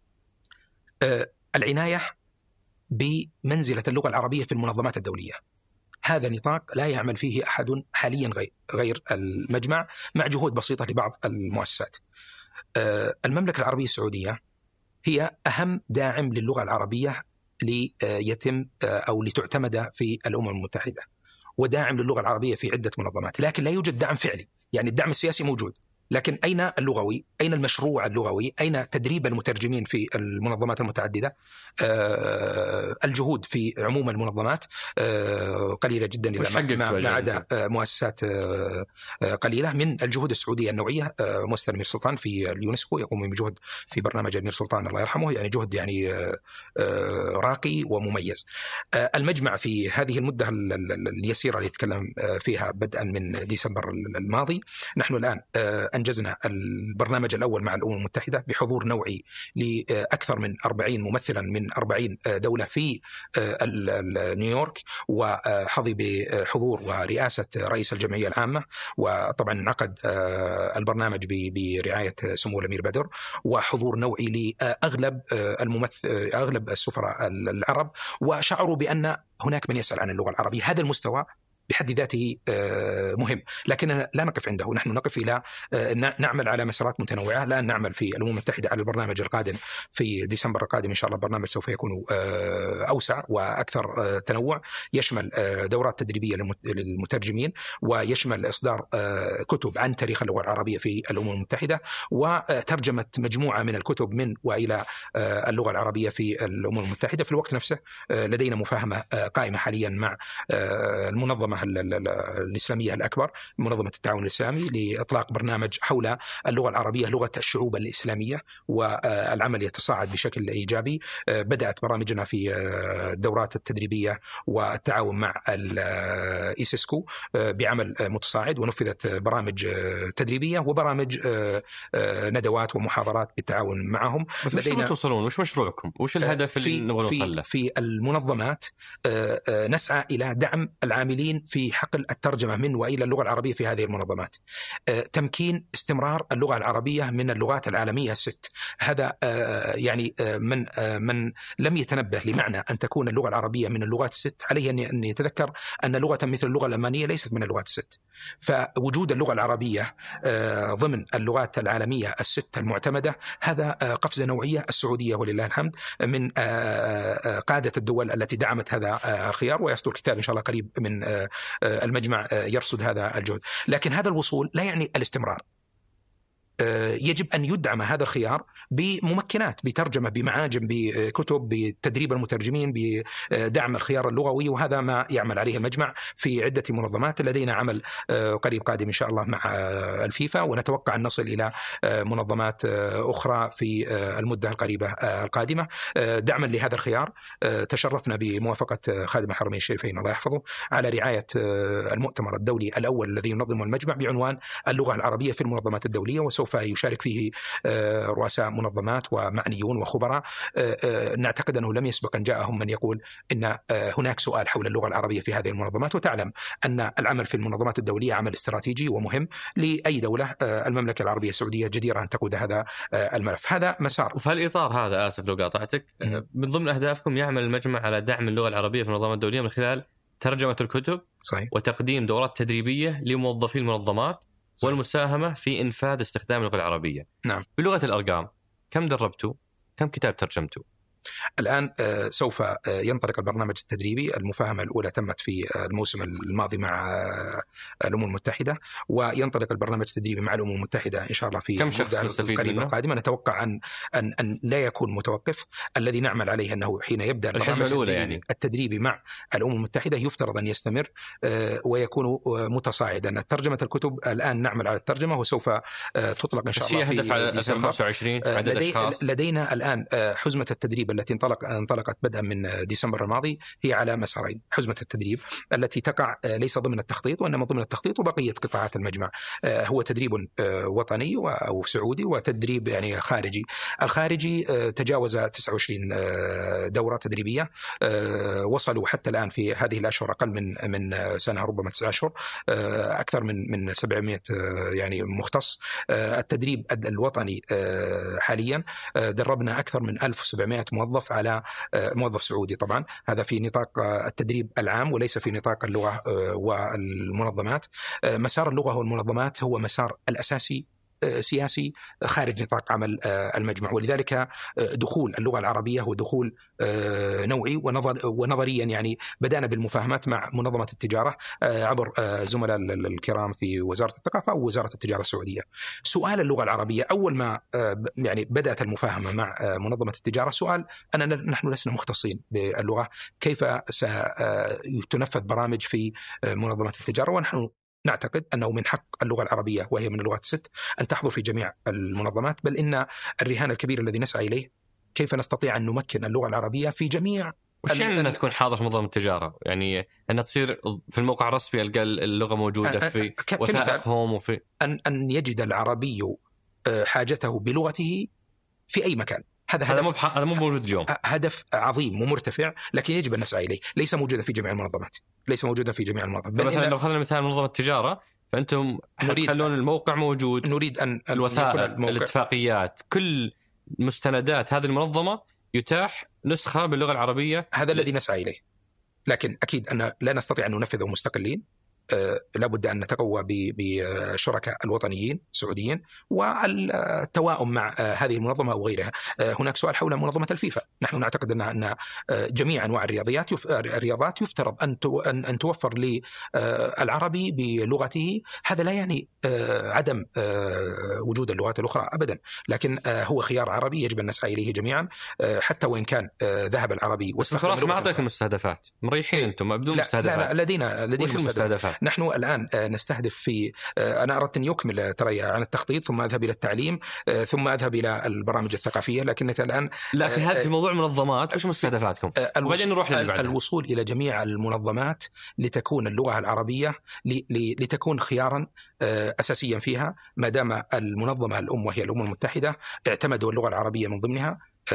العناية بمنزلة اللغة العربية في المنظمات الدولية. هذا نطاق لا يعمل فيه أحد حاليا غير المجمع مع جهود بسيطة لبعض المؤسسات. المملكة العربية السعودية هي أهم داعم للغة العربية ليتم أو لتعتمد في الأمم المتحدة، وداعم للغة العربية في عدة منظمات، لكن لا يوجد دعم فعلي. يعني الدعم السياسي موجود، لكن أين اللغوي؟ أين المشروع اللغوي؟ أين تدريب المترجمين في المنظمات المتعددة؟ آه الجهود في عموم المنظمات آه قليلة جدا، ما عدا آه مؤسسات آه قليلة. من الجهود السعودية النوعية آه مؤسسة الأمير سلطان في اليونسكو يقوم بجهد في برنامج الأمير سلطان الله يرحمه، يعني جهد يعني آه آه راقي ومميز. آه المجمع في هذه المدة اليسيرة اللي يتكلم فيها بدءا من ديسمبر الماضي، نحن الآن آه أنجزنا البرنامج الأول مع الأمم المتحدة بحضور نوعي لأكثر من أربعين ممثلا من أربعين دولة في نيويورك، وحظي بحضور ورئاسة رئيس الجمعية العامة، وطبعا انعقد البرنامج برعاية سمو الأمير بدر، وحضور نوعي لأغلب الممثل أغلب السفراء العرب، وشعروا بأن هناك من يسأل عن اللغة العربية. هذا المستوى بحد ذاته مهم، لكننا لا نقف عنده، نحن نقف إلى نعمل على مسارات متنوعة. لا نعمل في الأمم المتحدة على البرنامج القادم في ديسمبر القادم إن شاء الله. البرنامج سوف يكون أوسع وأكثر تنوع، يشمل دورات تدريبية للمترجمين، ويشمل إصدار كتب عن تاريخ اللغة العربية في الأمم المتحدة، وترجمة مجموعة من الكتب من وإلى اللغة العربية في الأمم المتحدة. في الوقت نفسه لدينا مفاهمة قائمة حاليا مع المنظمة الإسلامية الأكبر، منظمة التعاون الإسلامي، لإطلاق برنامج حول اللغة العربية لغة الشعوب الإسلامية، والعمل يتصاعد بشكل إيجابي. بدأت برامجنا في الدورات التدريبية والتعاون مع الإيسيسكو بعمل متصاعد، ونفذت برامج تدريبية وبرامج ندوات ومحاضرات بالتعاون معهم.
بس وش توصلون؟ وش مشروعكم؟ وش الهدف اللي نبغى نوصل له؟
في المنظمات نسعى إلى دعم العاملين في حقل الترجمة من وإلى اللغة العربية في هذه المنظمات، تمكين استمرار اللغة العربية من اللغات العالمية الست. هذا يعني من من لم يتنبه لمعنى أن تكون اللغة العربية من اللغات الست عليه أن يتذكر أن لغة مثل اللغة الألمانية ليست من اللغات الست. فوجود اللغة العربية ضمن اللغات العالمية الست المعتمدة هذا قفزة نوعية. السعودية ولله الحمد من قادة الدول التي دعمت هذا الخيار، ويصدر كتاب إن شاء الله قريب من المجمع يرصد هذا الجهد. لكن هذا الوصول لا يعني الاستمرار. يجب أن يدعم هذا الخيار بممكنات، بترجمة، بمعاجم، بكتب، بتدريب المترجمين، بدعم الخيار اللغوي، وهذا ما يعمل عليه المجمع في عدة منظمات. لدينا عمل قريب قادم إن شاء الله مع الفيفا، ونتوقع أن نصل إلى منظمات أخرى في المدة القريبة القادمة دعما لهذا الخيار. تشرفنا بموافقة خادم الحرمين الشريفين الله يحفظه على رعاية المؤتمر الدولي الأول الذي ينظمه المجمع بعنوان اللغة العربية في المنظمات الدولية، وسوف يشارك فيه رؤساء منظمات ومعنيون وخبراء. نعتقد أنه لم يسبق أن جاءهم من يقول إن هناك سؤال حول اللغة العربية في هذه المنظمات. وتعلم أن العمل في المنظمات الدولية عمل استراتيجي ومهم لأي دولة. المملكة العربية السعودية جديرة أن تقود هذا الملف. هذا مسار.
وفي الإطار هذا، آسف لو قاطعتك، من ضمن أهدافكم يعمل المجمع على دعم اللغة العربية في المنظمات الدولية من خلال ترجمة الكتب.
صحيح.
وتقديم دورات تدريبية لموظفي المنظمات. صحيح. والمساهمة في إنفاذ استخدام اللغة العربية.
نعم.
بلغة الأرقام، كم دربتوا؟ كم كتاب ترجمتوا؟
الآن سوف ينطلق البرنامج التدريبي. المفاهمة الأولى تمت في الموسم الماضي مع الأمم المتحدة، وينطلق البرنامج التدريبي مع الأمم المتحدة إن شاء الله في المدة القريبة القادمة. نتوقع أن أن أن لا يكون متوقف. الذي نعمل عليه أنه حين يبدأ البرنامج التدريبي, يعني. التدريبي مع الأمم المتحدة يفترض أن يستمر ويكون متصاعدا. ترجمة الكتب الآن نعمل على الترجمة، وسوف تطلق إن شاء الله في
ألفين وخمسة وعشرين.
لدي لدينا الآن حزمة التدريب التي انطلق انطلقت بدءا من ديسمبر الماضي هي على مسارين. حزمة التدريب التي تقع ليس ضمن التخطيط وإنما ضمن التخطيط وبقية قطاعات المجمع، هو تدريب وطني أو سعودي، وتدريب يعني خارجي. الخارجي تجاوز تسعة وعشرين دورة تدريبية، وصلوا حتى الآن في هذه الأشهر أقل من من سنة، ربما تسعة أشهر، أكثر من من سبعمائة يعني مختص. التدريب الوطني حاليا دربنا أكثر من ألف وسبعمائة موظف على موظف سعودي. طبعا هذا في نطاق التدريب العام وليس في نطاق اللغة والمنظمات. مسار اللغة والمنظمات هو مسار الأساسي سياسي خارج نطاق عمل المجمع، ولذلك دخول اللغة العربية هو دخول نوعي ونظر ونظريا. يعني بدأنا بالمفاهمات مع منظمة التجارة عبر زملاء الكرام في وزارة الثقافة أو وزارة التجارة السعودية. سؤال اللغة العربية أول ما يعني بدأت المفاهمة مع منظمة التجارة سؤال أننا نحن لسنا مختصين باللغة، كيف ستنفذ برامج في منظمة التجارة؟ ونحن نعتقد أنه من حق اللغة العربية وهي من اللغات الست أن تحضر في جميع المنظمات، بل إن الرهان الكبير الذي نسعى إليه كيف نستطيع أن نمكن اللغة العربية في جميع
وش يعني أنها تكون حاضر في منظمة التجارة؟ يعني أنها تصير في الموقع الرسمي ألقى اللغة موجودة في وثائقهم وفي
أن أن يجد العربي حاجته بلغته في أي مكان. هذا
هذا مو هذا مو موجود اليوم.
هدف عظيم ومرتفع، لكن يجب أن نسعى إليه. ليس موجودا في جميع المنظمات، ليس موجودا في جميع المنظمات.
مثلا لو أخذنا مثال منظمة التجارة، فأنتم تخلون الموقع موجود،
نريد أن
الوثائق، الاتفاقيات، كل مستندات هذه المنظمة يتاح نسخة باللغة العربية.
هذا الذي نسعى إليه، لكن أكيد أن لا نستطيع أن ننفذه مستقلين. أه لابد أن نتقوى بشركاء الوطنيين السعوديين والتواؤم مع أه هذه المنظمة أو غيرها. أه هناك سؤال حول منظمة الفيفا. نحن نعتقد أن أن جميع أنواع الرياضيات يف... الرياضات يفترض أن تو... أن توفر للعربي بلغته. هذا لا يعني أه عدم أه وجود اللغات الأخرى أبدا، لكن أه هو خيار عربي يجب أن نسعى إليه جميعا، أه حتى وإن كان أه ذهب العربي.
بس خلاص ما أعطيك المستهدفات، مريحين أنتم بدون مستهدفات.
لا لا لدينا لدينا
مستهدفات.
نحن الآن نستهدف في، أنا أردت أن يكمل ترى عن التخطيط ثم أذهب إلى التعليم ثم أذهب إلى البرامج الثقافية، لكنك الآن
لا في هذا في موضوع منظمات وش مستهدفاتكم؟ وبعدين نروح للي بعدها.
الوصول إلى جميع المنظمات لتكون اللغة العربية لتكون خيارا أساسيا فيها، ما دام المنظمة الأم وهي الأمم المتحدة اعتمدوا اللغة العربية من ضمنها.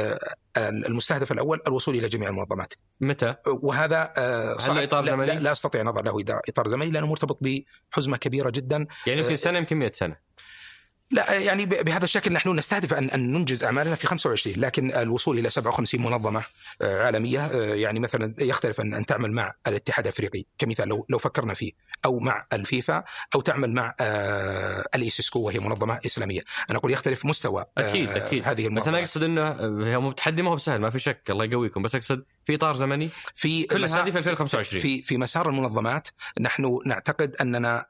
المستهدف الأول الوصول إلى جميع المنظمات.
متى؟
وهذا
هل إطار زمني؟
لا, لا أستطيع نضع له إطار زمني لأنه مرتبط بحزمة كبيرة جدا.
يعني يمكن سنة يمكن مئة سنة.
لا يعني بهذا الشكل نحن نستهدف أن أن ننجز أعمالنا في خمسة وعشرين، لكن الوصول إلى سبعة وخمسين منظمة عالمية يعني مثلا يختلف أن أن تعمل مع الاتحاد الأفريقي كمثال لو لو فكرنا فيه، أو مع الفيفا، أو تعمل مع الإيسيسكو وهي منظمة إسلامية. أنا أقول يختلف مستوى
أكيد أكيد هذه المنظمة. بس أنا أقصد إنه هي متحدي ما هو بسهل، ما في شك، الله يقويكم، بس أقصد في إطار زمني
في
كل هذه في ألفين وخمسة وعشرين.
في في مسار المنظمات نحن نعتقد أننا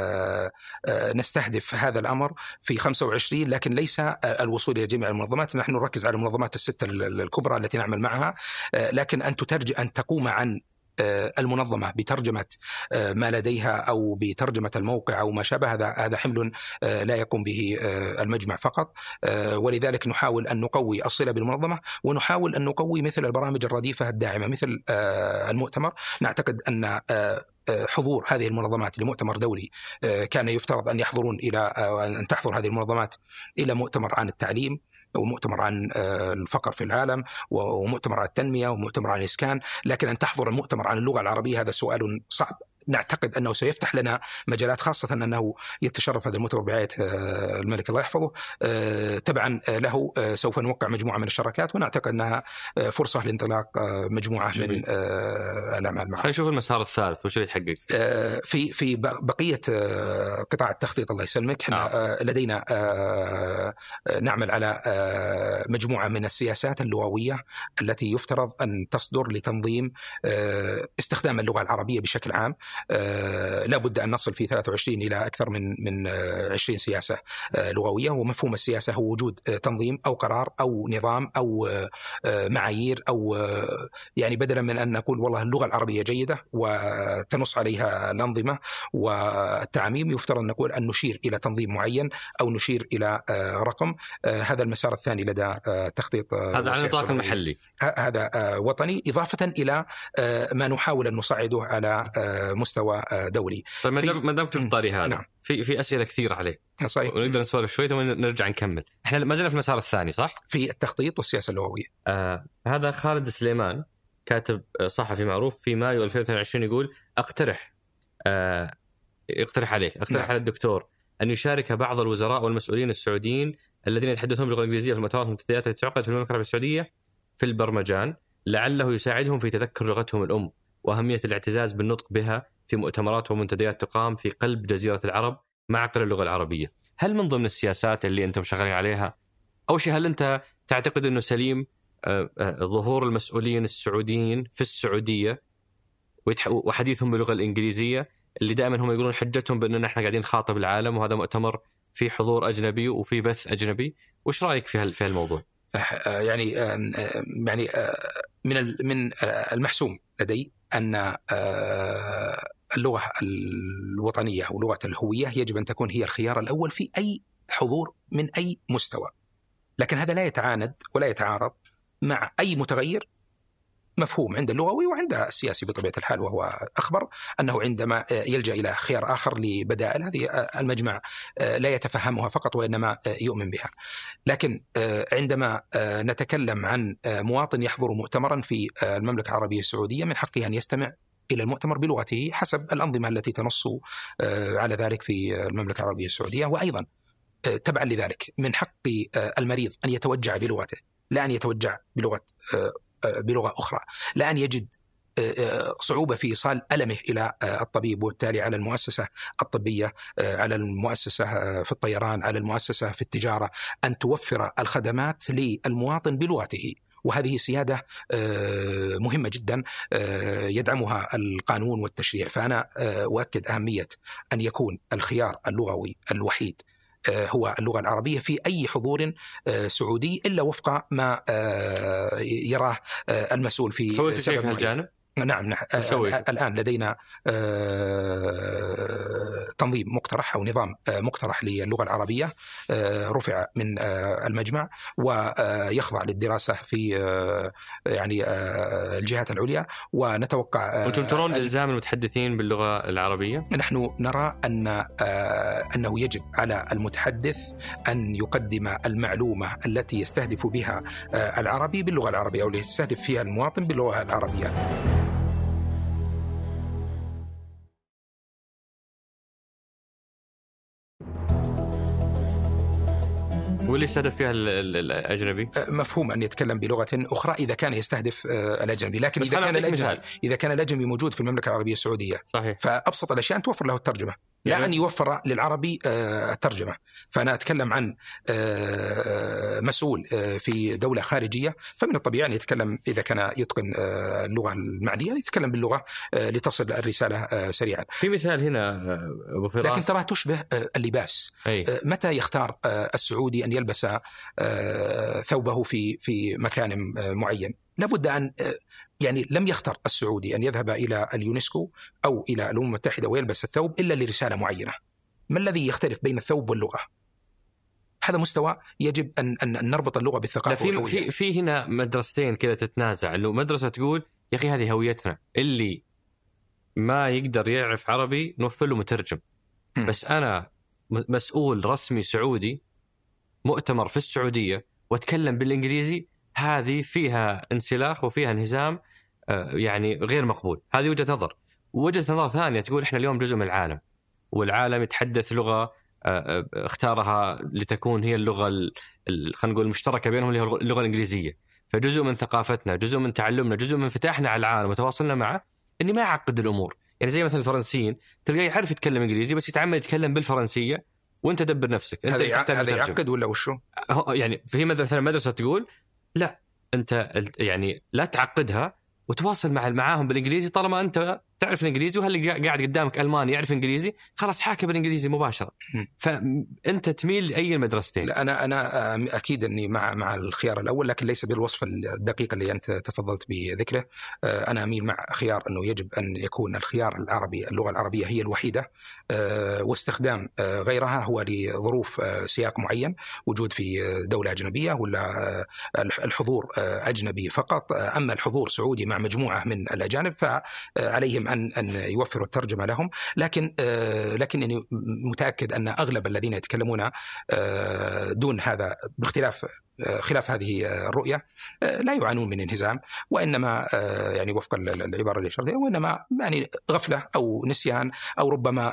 نستهدف هذا الأمر في خمسة وعشرين، لكن ليس الوصول إلى جميع المنظمات. نحن نركز على المنظمات الستة الكبرى التي نعمل معها، لكن أن تترج أن تقوم عن المنظمة بترجمة ما لديها أو بترجمة الموقع أو ما شابه، هذا هذا حمل لا يقوم به المجمع فقط. ولذلك نحاول أن نقوي الصلة بالمنظمة، ونحاول أن نقوي مثل البرامج الرديفة الداعمة مثل المؤتمر. نعتقد أن حضور هذه المنظمات لمؤتمر دولي كان يفترض أن يحضرون إلى أن تحضر هذه المنظمات إلى مؤتمر عن التعليم، ومؤتمر عن الفقر في العالم، ومؤتمر عن التنمية، ومؤتمر عن الإسكان، لكن أن تحضر المؤتمر عن اللغة العربية هذا سؤال صعب. نعتقد أنه سيفتح لنا مجالات، خاصة أنه يتشرف هذا المؤتمر برعاية الملك الله يحفظه. تبعا له سوف نوقع مجموعة من الشراكات، ونعتقد أنها فرصة لانطلاق مجموعة جميل. من الأعمال معه.
خلينا نشوف المسار الثالث وش اللي يتحقق
في في بقية قطاع التخطيط. الله يسلمك، احنا آه. لدينا نعمل على مجموعة من السياسات اللغوية التي يفترض أن تصدر لتنظيم استخدام اللغة العربية بشكل عام. آه لا بد أن نصل في ثلاثة وعشرين إلى أكثر من من عشرين سياسة آه لغوية. ومفهوم السياسة هو وجود آه تنظيم أو قرار أو نظام أو آه معايير، أو آه يعني بدلا من أن نقول والله اللغة العربية جيدة وتنص عليها الأنظمة والتعميم، يفترض أن نقول أن نشير إلى تنظيم معين أو نشير إلى آه رقم. آه هذا المسار الثاني لدى آه تخطيط آه
هذا على النطاق المحلي،
هذا آه وطني، إضافة إلى آه ما نحاول أن نصعده على آه مستوى دولي.
طيب ما دام تنطري هذا نعم. في في أسئلة كثير عليه
صحيح،
ونقدر نسولف شوي ثم نرجع نكمل. احنا ما زلنا في المسار الثاني صح؟
في التخطيط والسياسة اللغوية.
آه هذا خالد سليمان كاتب صحفي معروف في مايو ألفين واثنين وعشرين يقول اقترح آه اقترح عليك اقترح نعم. على الدكتور أن يشارك بعض الوزراء والمسؤولين السعوديين الذين يتحدثون باللغة الإنجليزية في المؤتمرات والمنتديات التي تعقد في المملكة العربية السعودية في البرمجان، لعله يساعدهم في تذكر لغتهم الأم وأهمية الاعتزاز بالنطق بها في مؤتمرات ومنتديات تقام في قلب جزيرة العرب معقل اللغة العربية. هل من ضمن السياسات اللي أنتم شغالين عليها أو شيء، هل أنت تعتقد أنه سليم ظهور المسؤولين السعوديين في السعودية وحديثهم باللغة الإنجليزية، اللي دائما هم يقولون حجتهم بأننا احنا قاعدين نخاطب العالم وهذا مؤتمر في حضور أجنبي وفي بث أجنبي؟ وش رأيك في في هالموضوع؟
يعني يعني من من المحسوم لدي أن اللغة الوطنية ولغة الهوية يجب أن تكون هي الخيار الأول في أي حضور من أي مستوى، لكن هذا لا يتعاند ولا يتعارض مع أي متغير مفهوم عند اللغوي وعند السياسي بطبيعة الحال، وهو أخبر أنه عندما يلجأ إلى خيار آخر لبدائل، هذه المجمع لا يتفهمها فقط وإنما يؤمن بها. لكن عندما نتكلم عن مواطن يحضر مؤتمرا في المملكة العربية السعودية، من حقه أن يستمع إلى المؤتمر بلغته حسب الأنظمة التي تنص على ذلك في المملكة العربية السعودية. وأيضا تبعا لذلك من حق المريض أن يتوجع بلغته، لا أن يتوجع بلغة بلغة أخرى، لا أن يجد صعوبة في إيصال ألمه إلى الطبيب. وبالتالي على المؤسسة الطبية، على المؤسسة في الطيران، على المؤسسة في التجارة أن توفر الخدمات للمواطن بلغته. وهذه سيادة مهمة جدا يدعمها القانون والتشريع. فأنا أؤكد أهمية أن يكون الخيار اللغوي الوحيد هو اللغة العربية في أي حضور سعودي، إلا وفق ما يراه المسؤول في
سبب الجانب.
نعم الآن لدينا تنظيم مقترح أو نظام مقترح للغة العربية رفع من المجمع ويخضع للدراسة في يعني الجهات العليا. ونتوقع
أنتم ترون إلزام المتحدثين باللغة العربية؟
نحن نرى أن أنه يجب على المتحدث أن يقدم المعلومة التي يستهدف بها العربي باللغة العربية، أو يستهدف فيها المواطن باللغة العربية.
واللي يستهدف فيها الأجنبي
مفهوم أن يتكلم بلغة أخرى إذا كان يستهدف الأجنبي. لكن إذا كان الأجنبي إذا كان الأجنبي موجود في المملكة العربية السعودية،
صحيح،
فأبسط الأشياء أن توفر له الترجمة، لا يعني أن يوفر للعربي الترجمة. فأنا أتكلم عن مسؤول في دولة خارجية، فمن الطبيعي أن يتكلم إذا كان يتقن اللغة المعنية يتكلم باللغة لتصل الرسالة سريعا.
في مثال هنا أبو فراس،
لكن ترى تشبه اللباس. أي. متى يختار السعودي أن يلبس ثوبه في في مكان معين؟ لابد أن يعني لم يختر السعودي أن يذهب إلى اليونسكو أو إلى الأمم المتحدة ويلبس الثوب إلا لرسالة معينة. ما الذي يختلف بين الثوب واللغة؟ هذا مستوى يجب أن أن نربط اللغة بالثقافة.
في في في هنا مدرستين كذا تتنازع، إنه مدرسة تقول يا أخي هذه هويتنا، اللي ما يقدر يعرف عربي نوفر له مترجم. م. بس أنا مسؤول رسمي سعودي مؤتمر في السعودية واتكلم بالإنجليزي، هذه فيها انسلاخ وفيها انهزام يعني غير مقبول. هذه وجهة نظر. وجهة نظر ثانية تقول إحنا اليوم جزء من العالم، والعالم يتحدث لغة اختارها لتكون هي اللغة خلينا نقول المشتركة بينهم اللي هي اللغة الإنجليزية. فجزء من ثقافتنا، جزء من تعلمنا، جزء من فتحنا على العالم وتواصلنا معه إني ما يعقد الأمور. يعني زي مثلا الفرنسيين تلقاه يعرف يتكلم إنجليزي بس يتعمد يتكلم بالفرنسية، وانت دبر نفسك.
انت هذا يعقد ولا وشو؟
يعني في مثلا مدرسة تقول لا، انت يعني لا تعقدها وتواصل مع معاهم بالانجليزي، طالما انت تعرف الانجليزي وهل قاعد قدامك الماني يعرف انجليزي خلاص حاكي بالانجليزي مباشره. فانت تميل لاي المدرستين؟
لا انا انا اكيد اني مع مع الخيار الاول، لكن ليس بالوصف الدقيق اللي انت تفضلت بذكره. انا اميل مع خيار انه يجب ان يكون الخيار العربي، اللغه العربيه هي الوحيده، واستخدام غيرها هو لظروف سياق معين، وجود في دوله اجنبيه ولا الحضور اجنبي فقط. اما الحضور سعودي مع مجموعه من الاجانب فعليهم أن أن يوفروا الترجمة لهم. لكن لكنني متأكد أن أغلب الذين يتكلمون دون هذا باختلاف خلاف هذه الرؤية لا يعانون من انهزام، وإنما يعني وفق العبارة اللي شرحتها، وإنما يعني غفلة أو نسيان أو ربما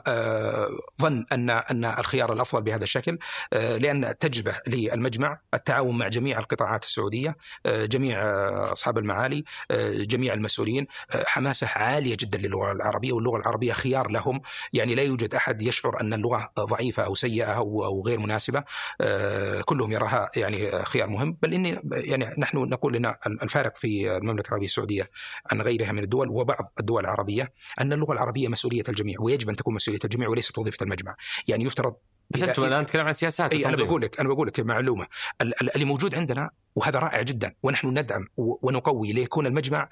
ظن أن أن الخيار الأفضل بهذا الشكل، لأن التجربة للمجمع التعاون مع جميع القطاعات السعودية، جميع أصحاب المعالي، جميع المسؤولين، حماسة عالية جدا للغة العربية، واللغة العربية خيار لهم. يعني لا يوجد أحد يشعر أن اللغة ضعيفة أو سيئة أو غير مناسبة، كلهم يراها يعني خيار مهم. بل إني يعني نحن نقول لنا الفارق في المملكة العربية السعودية عن غيرها من الدول وبعض الدول العربية أن اللغة العربية مسؤولية الجميع، ويجب أن تكون مسؤولية الجميع وليست وظيفة المجمع. يعني يفترض
بس أنتم الآن تتكلم عن سياسات.
أي أنا بقول لك أنا بقول لك معلومة اللي موجود عندنا، وهذا رائع جدا، ونحن ندعم ونقوي ليكون المجمع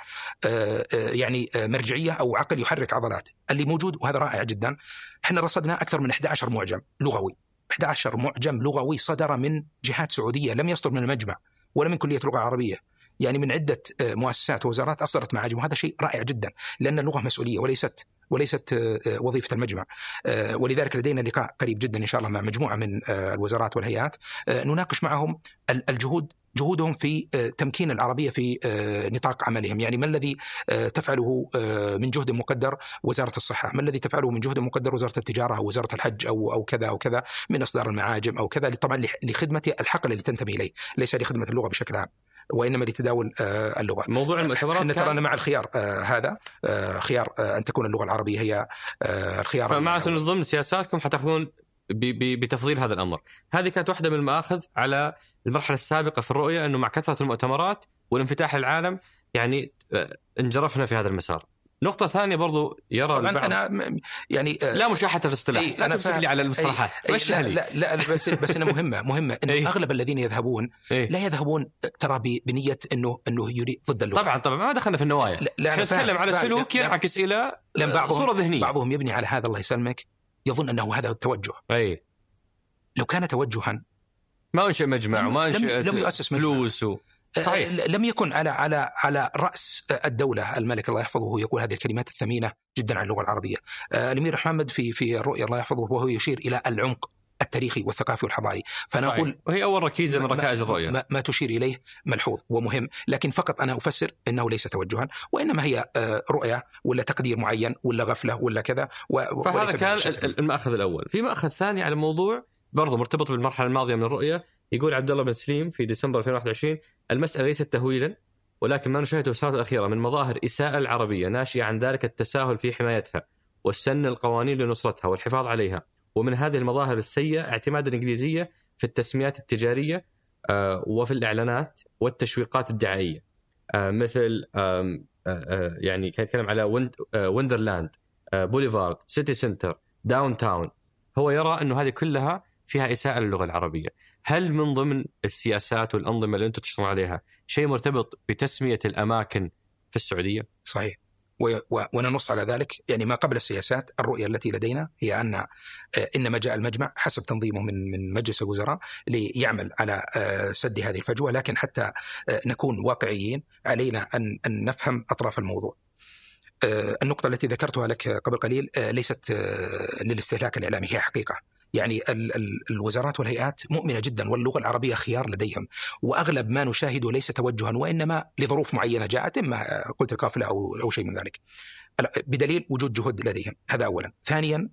يعني مرجعية أو عقل يحرك عضلات. اللي موجود وهذا رائع جدا. احنا رصدنا أكثر من أحد عشر معجم لغوي، أحد عشر معجم لغوي صدر من جهات سعودية، لم يصدر من المجمع ولا من كلية اللغة العربية. يعني من عدة مؤسسات ووزارات أصدرت معاجم، وهذا شيء رائع جدا، لأن اللغة مسؤولية وليست وليست وظيفة المجمع. ولذلك لدينا لقاء قريب جدا إن شاء الله مع مجموعة من الوزارات والهيئات نناقش معهم الجهود جهودهم في تمكين العربية في نطاق عملهم. يعني ما الذي تفعله من جهد مقدر وزارة الصحة، ما الذي تفعله من جهد مقدر وزارة التجارة أو وزارة الحج أو أو كذا أو كذا من إصدار المعاجم أو كذا، طبعا لخدمة الحقل اللي تنتمي إليه، ليس لخدمة اللغة بشكل عام، وإنما لتداول اللغة.
موضوع المؤتمرات
احنا ترانا مع الخيار هذا خيار أن تكون اللغة العربية هي الخيار.
فمعناته أن ضمن سياساتكم حتأخذون بتفضيل هذا الأمر. هذه كانت واحدة من المآخذ على المرحلة السابقة في الرؤية، أنه مع كثرة المؤتمرات والانفتاح للعالم يعني انجرفنا في هذا المسار. نقطة ثانية برضو يرى البعض
أنا يعني
لا مشاحة في الاصطلاح، لا تمسك لي على المصطلحات.
لا, لا لا بس بس أنا مهمة مهمة إنه أيه؟ أغلب الذين يذهبون أيه؟ لا يذهبون ترى بنية إنه إنه يريد ضد اللغة.
طبعا طبعا ما دخلنا في النوايا، احنا نتكلم على سلوك ينعكس إلى صورة ذهنية.
بعضهم يبني على هذا الله يسلمك، يظن أنه هذا التوجه.
أي
لو كان توجها
ما أنشئ مجمع وما أنشئ
لم يؤسس
فلوس و... صحيح.
لم يكن على على على رأس الدولة الملك الله يحفظه وهو يقول هذه الكلمات الثمينة جدا عن اللغة العربية. الأمير محمد في في الرؤية الله يحفظه وهو يشير إلى العمق التاريخي والثقافي والحضاري. فأنا
صحيح.
أقول
وهي أول ركيزة من ركائز الرؤية.
ما, ما تشير إليه ملحوظ ومهم، لكن فقط أنا أفسر أنه ليس توجها، وإنما هي رؤية ولا تقدير معين ولا غفلة ولا كذا.
فهذا كان المأخذ الأول. في مأخذ ثاني على موضوع برضو مرتبط بالمرحلة الماضية من الرؤية. يقول عبد الله بن سليم في ديسمبر ألفين وواحد وعشرين: المسألة ليست تهويلا، ولكن ما نشاهده في السنوات الأخيرة من مظاهر إساءة العربية ناشئة عن ذلك التساهل في حمايتها والسن القوانين لنصرتها والحفاظ عليها، ومن هذه المظاهر السيئة اعتماد الإنجليزية في التسميات التجارية وفي الإعلانات والتشويقات الدعائية، مثل يعني كان يتكلم على ويندرلاند، بوليفارد، سيتي سنتر، داون تاون. هو يرى أنه هذه كلها فيها إساءة للغة العربية. هل من ضمن السياسات والأنظمة اللي أنتم تشتغلون عليها شيء مرتبط بتسمية الأماكن في السعودية؟
صحيح، وننص على ذلك. يعني ما قبل السياسات، الرؤية التي لدينا هي أن إنما جاء المجمع حسب تنظيمه من من مجلس الوزراء ليعمل على سد هذه الفجوة، لكن حتى نكون واقعيين علينا أن أن نفهم أطراف الموضوع. النقطة التي ذكرتها لك قبل قليل ليست للاستهلاك الإعلامي، هي حقيقة. يعني ال ال الوزارات والهيئات مؤمنة جدا واللغة العربية خيار لديهم، وأغلب ما نشاهده ليس توجها وإنما لظروف معينة جاءت، إما قلت القافلة أو, أو شيء من ذلك، بدليل وجود جهد لديهم. هذا أولا. ثانيا،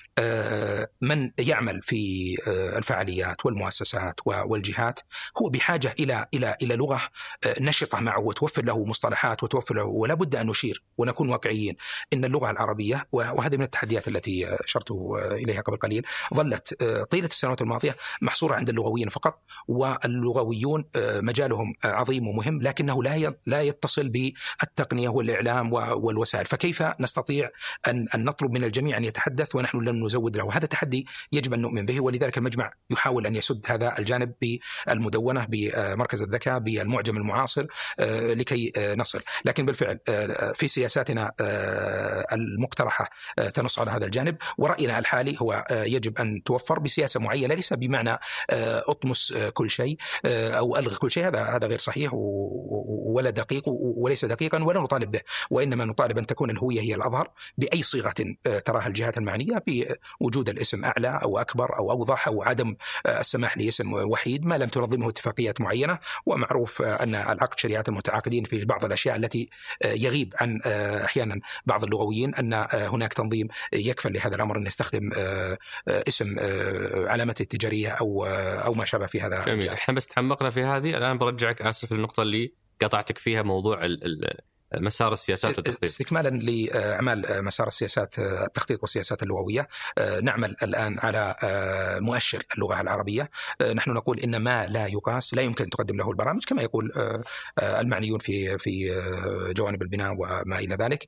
من يعمل في الفعاليات والمؤسسات والجهات هو بحاجة إلى إلى إلى لغة نشطة معه وتوفر له مصطلحات وتوفر له، ولا بد أن نشير ونكون واقعيين إن اللغة العربية، وهذه من التحديات التي أشرت إليها قبل قليل، ظلت طيلة السنوات الماضية محصورة عند اللغويين فقط، واللغويون مجالهم عظيم ومهم، لكنه لا لا يتصل بالتقنية والإعلام والوسائل. فكيف نستطيع أن أن نطلب من الجميع أن يتحدث ونحن لن نزود له؟ هذا تحدي يجب أن نؤمن به، ولذلك المجمع يحاول أن يسد هذا الجانب بالمدونة، بمركز الذكاء، بالمعجم المعاصر، لكي نصل. لكن بالفعل في سياساتنا المقترحة تنص على هذا الجانب، ورأينا الحالي هو يجب أن توفر بسياسة معينة، ليس بمعنى أطمس كل شيء أو ألغي كل شيء، هذا هذا غير صحيح ولا دقيق وليس دقيقا ولا نطالب به، وإنما نطالب أن تكون الهوية هي الأظهر بأي صيغة تراها الجهات المعنية، بوجود الاسم أعلى أو أكبر أو أوضح، أو عدم السماح لاسم وحيد ما لم تنظمه اتفاقيات معينة. ومعروف أن العقد شريعة المتعاقدين في بعض الأشياء التي يغيب عن أحيانا بعض اللغويين أن هناك تنظيم يكفل لهذا الأمر أن يستخدم اسم علامته التجارية أو أو ما شابه في هذا.
جميل. احنا بس تعمقنا في هذه، الآن برجعك آسف للنقطة اللي قطعتك فيها، موضوع ال مسار السياسات والتخطيط.
استكمالا لأعمال مسار السياسات التخطيط والسياسات اللغوية، نعمل الآن على مؤشر اللغة العربية. نحن نقول إن ما لا يقاس لا يمكن أن تقدم له البرامج، كما يقول المعنيون في في جوانب البناء وما إلى ذلك.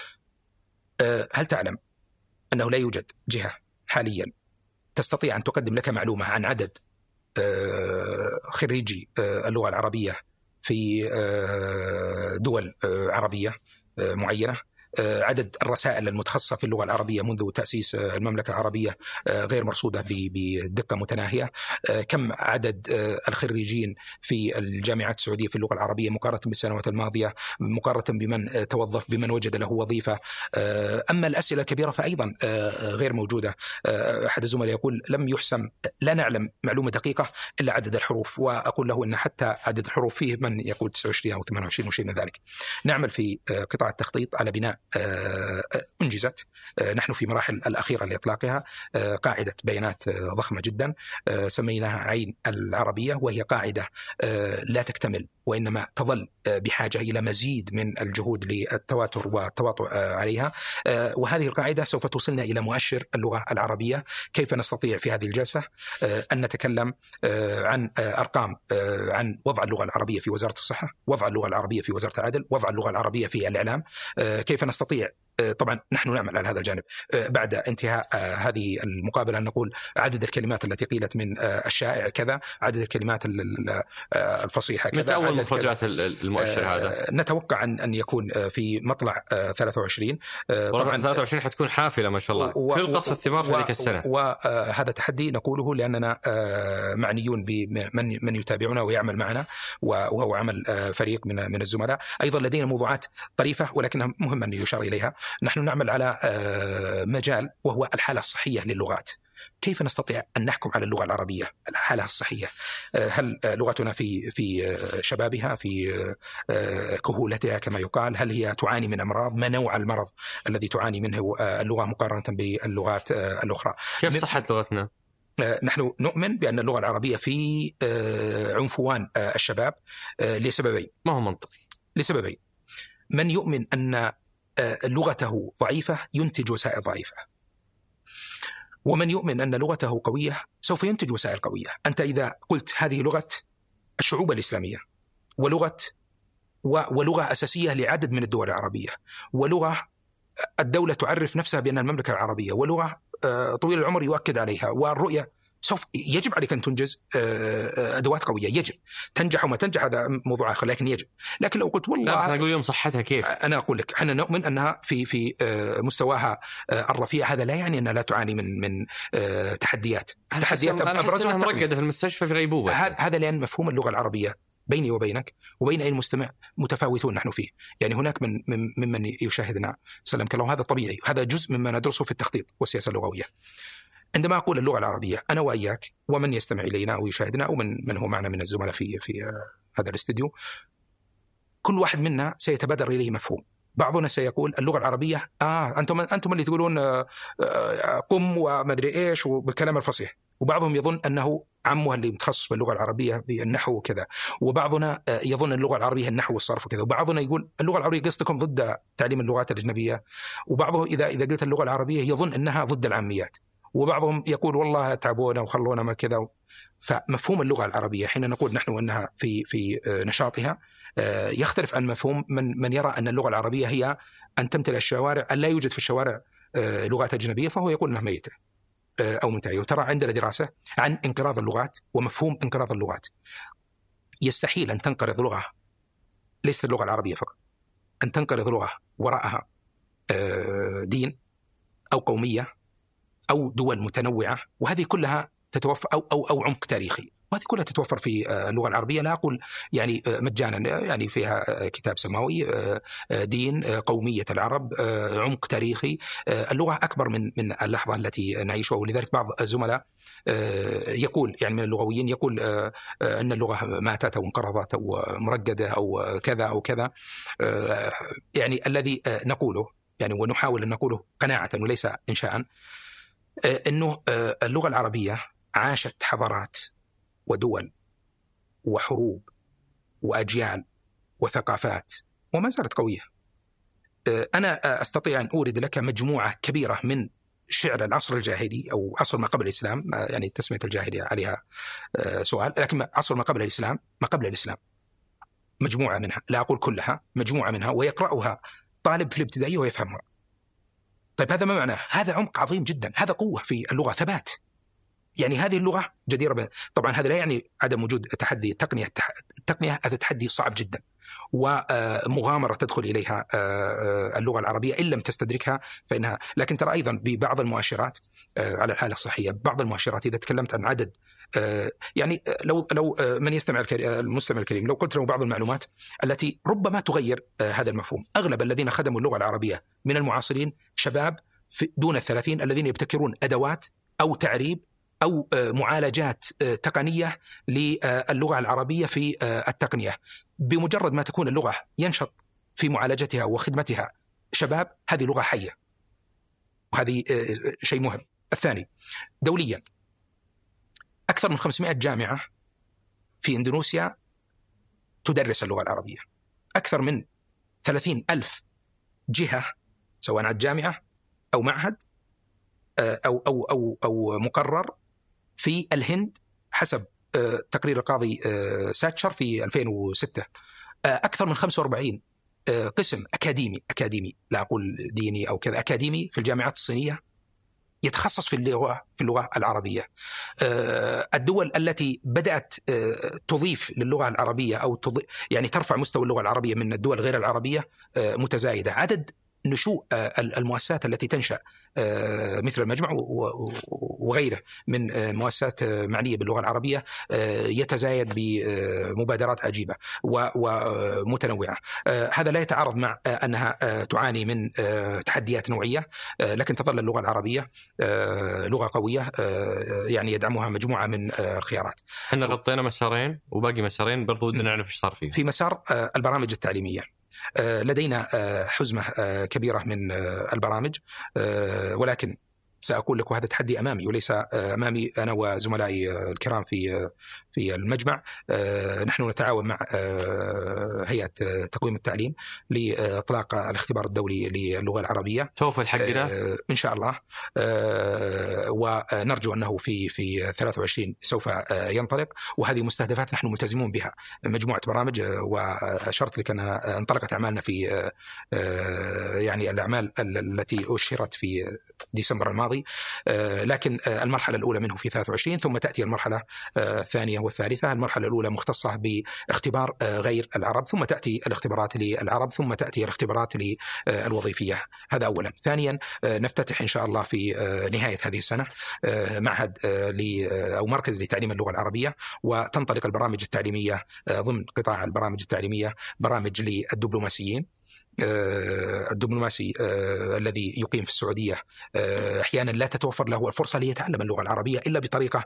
هل تعلم أنه لا يوجد جهة حاليا تستطيع أن تقدم لك معلومة عن عدد خريجي اللغة العربية في دول عربية معينة؟ عدد الرسائل المتخصصة في اللغة العربية منذ تأسيس المملكة العربية غير مرصودة بدقة متناهية. كم عدد الخريجين في الجامعات السعودية في اللغة العربية مقارنة بالسنوات الماضية، مقارنة بمن توظف، بمن وجد له وظيفة. أما الأسئلة الكبيرة فأيضا غير موجودة. أحد الزملاء يقول لم يحسم، لا نعلم معلومة دقيقة إلا عدد الحروف، وأقول له أن حتى عدد الحروف فيه من يقول تسعة وعشرين أو ثمانية وعشرين وشيء من ذلك. نعمل في قطاع التخطيط على بناء أنجزت، نحن في مراحل الأخيرة لإطلاقها، قاعدة بيانات ضخمة جدا سميناها عين العربية، وهي قاعدة لا تكتمل وإنما تظل بحاجة إلى مزيد من الجهود للتواتر والتواطؤ عليها. وهذه القاعدة سوف توصلنا إلى مؤشر اللغة العربية. كيف نستطيع في هذه الجلسة أن نتكلم عن أرقام عن وضع اللغة العربية في وزارة الصحة، وضع اللغة العربية في وزارة العدل، وضع اللغة العربية في الإعلام. كيف نستطيع، طبعا نحن نعمل على هذا الجانب، بعد انتهاء هذه المقابلة نقول عدد الكلمات التي قيلت من الشائع كذا، عدد الكلمات الفصيحة كذا.
متى أول مفاجأة المؤشر هذا؟
نتوقع أن أن يكون في مطلع ثلاثة وعشرين.
طبعا ثلاثة وعشرين حتكون حافلة ما شاء الله في القطف الثمار في هذه السنة،
وهذا تحدي نقوله لأننا معنيون بمن من يتابعنا ويعمل معنا، وهو عمل فريق من من الزملاء. أيضا لدينا موضوعات طريفة ولكنها مهم أن يشار إليها. نحن نعمل على مجال وهو الحالة الصحية للغات. كيف نستطيع أن نحكم على اللغة العربية الحالة الصحية؟ هل لغتنا في في شبابها، في كهولتها كما يقال؟ هل هي تعاني من أمراض؟ ما نوع المرض الذي تعاني منه اللغة مقارنة باللغات الأخرى؟
كيف صحة لغتنا؟
نحن نؤمن بأن اللغة العربية في عنفوان الشباب لسببين.
ما هو منطقي؟
لسببين. من يؤمن أن لغته ضعيفة ينتج وسائل ضعيفة، ومن يؤمن أن لغته قوية سوف ينتج وسائل قوية. أنت إذا قلت هذه لغة الشعوب الإسلامية، ولغة ولغة أساسية لعدد من الدول العربية، ولغة الدولة تعرف نفسها بأن المملكة العربية، ولغة طويل العمر يؤكد عليها، والرؤية، سوف يجب عليك أن تنجز أدوات قوية. يجب تنجح وما تنجح هذا موضوع آخر، لكن يجب. لكن لو قلت والله،
لا بس أنا أقول يوم صحتها كيف؟
أنا أقول لك احنا نؤمن أنها في في مستواها الرفيع. هذا لا يعني أنها لا تعاني من من تحديات.
تحديات أبرزها مرقدة في المستشفى في غيبوبة.
هذا لأن مفهوم اللغة العربية بيني وبينك وبين أي مستمع متفاوتون نحن فيه. يعني هناك من ممن يشاهدنا سلمك الله، هذا طبيعي، هذا جزء مما ندرسه في التخطيط والسياسة اللغوية. عندما أقول اللغة العربية، أنا وإياك ومن يستمع إلينا أو يشاهدنا أو من من هو معنا من الزملاء في في هذا الاستديو، كل واحد منا سيتبادر إليه مفهوم. بعضنا سيقول اللغة العربية آه أنتم أنتم اللي تقولون آه قم وما أدري إيش وبالكلام الفصيح، وبعضهم يظن أنه عمه اللي متخصص باللغة العربية بالنحو وكذا، وبعضنا يظن اللغة العربية النحو والصرف وكذا، وبعضنا يقول اللغة العربية قصدكم ضد تعليم اللغات الأجنبية، وبعضهم إذا إذا قلت اللغة العربية يظن أنها ضد العاميات، وبعضهم يقول والله تعبونا وخلونا ما كذا. فمفهوم اللغة العربية حين نقول نحن أنها في في نشاطها يختلف عن مفهوم من من يرى أن اللغة العربية هي أن تمتلئ الشوارع، أن لا يوجد في الشوارع لغات أجنبية، فهو يقول أنها ميتة أو منتهية. وترى عندنا دراسة عن انقراض اللغات ومفهوم انقراض اللغات. يستحيل أن تنقرض لغة، ليست اللغة العربية فقط، أن تنقرض لغة وراءها دين أو قومية أو دول متنوعة، وهذه كلها تتوفر، أو أو أو عمق تاريخي، وهذه كلها تتوفر في اللغة العربية. لا أقول يعني مجانا، يعني فيها كتاب سماوي، دين، قومية العرب، عمق تاريخي. اللغة أكبر من من اللحظة التي نعيشها، ولذلك بعض الزملاء يقول يعني من اللغويين يقول أن اللغة ماتت أو انقرضت أو مرقدة أو كذا أو كذا. يعني الذي نقوله يعني ونحاول أن نقوله قناعة وليس إنشاء، أنه اللغة العربية عاشت حضارات ودول وحروب وأجيال وثقافات وما زالت قوية. أنا أستطيع أن أورد لك مجموعة كبيرة من شعر العصر الجاهلي أو عصر ما قبل الإسلام، يعني تسمية الجاهلية عليها سؤال، لكن عصر ما قبل الإسلام، ما قبل الإسلام مجموعة منها، لا أقول كلها، مجموعة منها، ويقرأها طالب في الابتدائية ويفهمها. طيب هذا ما معناه؟ هذا عمق عظيم جدا، هذا قوة في اللغة، ثبات. يعني هذه اللغة جديرة ب... طبعا هذا لا يعني عدم وجود تحدي التقنية. التقنية هذا تحدي صعب جدا، ومغامرة تدخل إليها اللغة العربية إن لم تستدركها فإنها. لكن ترى أيضا ببعض المؤشرات على الحالة الصحية، بعض المؤشرات إذا تكلمت عن عدد، يعني لو لو من يستمع المستمع الكريم، لو قلت له بعض المعلومات التي ربما تغير هذا المفهوم. أغلب الذين خدموا اللغة العربية من المعاصرين شباب دون الثلاثين الذين يبتكرون أدوات أو تعريب أو معالجات تقنية للغة العربية في التقنية. بمجرد ما تكون اللغة ينشط في معالجتها وخدمتها شباب، هذه لغة حية، وهذه شيء مهم. الثاني، دوليا أكثر من خمسمائة جامعة في إندونيسيا تدرس اللغة العربية. أكثر من ثلاثين ألف جهة سواء على الجامعة أو معهد أو أو أو أو مقرر في الهند حسب تقرير القاضي ساتشر في ألفين وستة. أكثر من خمسة وأربعين قسم أكاديمي أكاديمي لا أقول ديني أو كذا، أكاديمي في الجامعات الصينية يتخصص في اللغة في اللغة العربية. الدول التي بدأت تضيف للغة العربية أو تضيف يعني ترفع مستوى اللغة العربية من الدول غير العربية متزايدة. عدد نشوء المؤسسات التي تنشأ مثل المجمع وغيره من مؤسسات معنية باللغة العربية يتزايد بمبادرات عجيبة ومتنوعة. هذا لا يتعارض مع أنها تعاني من تحديات نوعية، لكن تظل اللغة العربية لغة قوية يعني يدعمها مجموعة من الخيارات.
احنا غطينا مسارين وباقي مسارين برضو ودنا نعرف ايش صار فيه.
في مسار البرامج التعليمية لدينا حزمة كبيرة من البرامج، ولكن سأقول لك، وهذا تحدي أمامي وليس أمامي أنا وزملائي الكرام في في المجمع. نحن نتعاون مع هيئة تقويم التعليم لإطلاق الاختبار الدولي للغة العربية
توفل حقنا
إن شاء الله، ونرجو أنه في في ثلاثة وعشرين سوف ينطلق، وهذه مستهدفات نحن ملتزمون بها، مجموعة برامج. وأشرت لك أن انطلقت أعمالنا في يعني الأعمال التي أشهرت في ديسمبر الماضي، لكن المرحلة الأولى منه في ثلاثة وعشرين، ثم تأتي المرحلة الثانية والثالثة. المرحلة الأولى مختصة باختبار غير العرب، ثم تأتي الاختبارات للعرب، ثم تأتي الاختبارات للوظيفية. هذا أولا. ثانيا، نفتتح إن شاء الله في نهاية هذه السنة معهد أو مركز لتعليم اللغة العربية، وتنطلق البرامج التعليمية ضمن قطاع البرامج التعليمية برامج للدبلوماسيين. الدبلوماسي الذي يقيم في السعودية أحيانا لا تتوفر له الفرصة ليتعلم اللغة العربية إلا بطريقة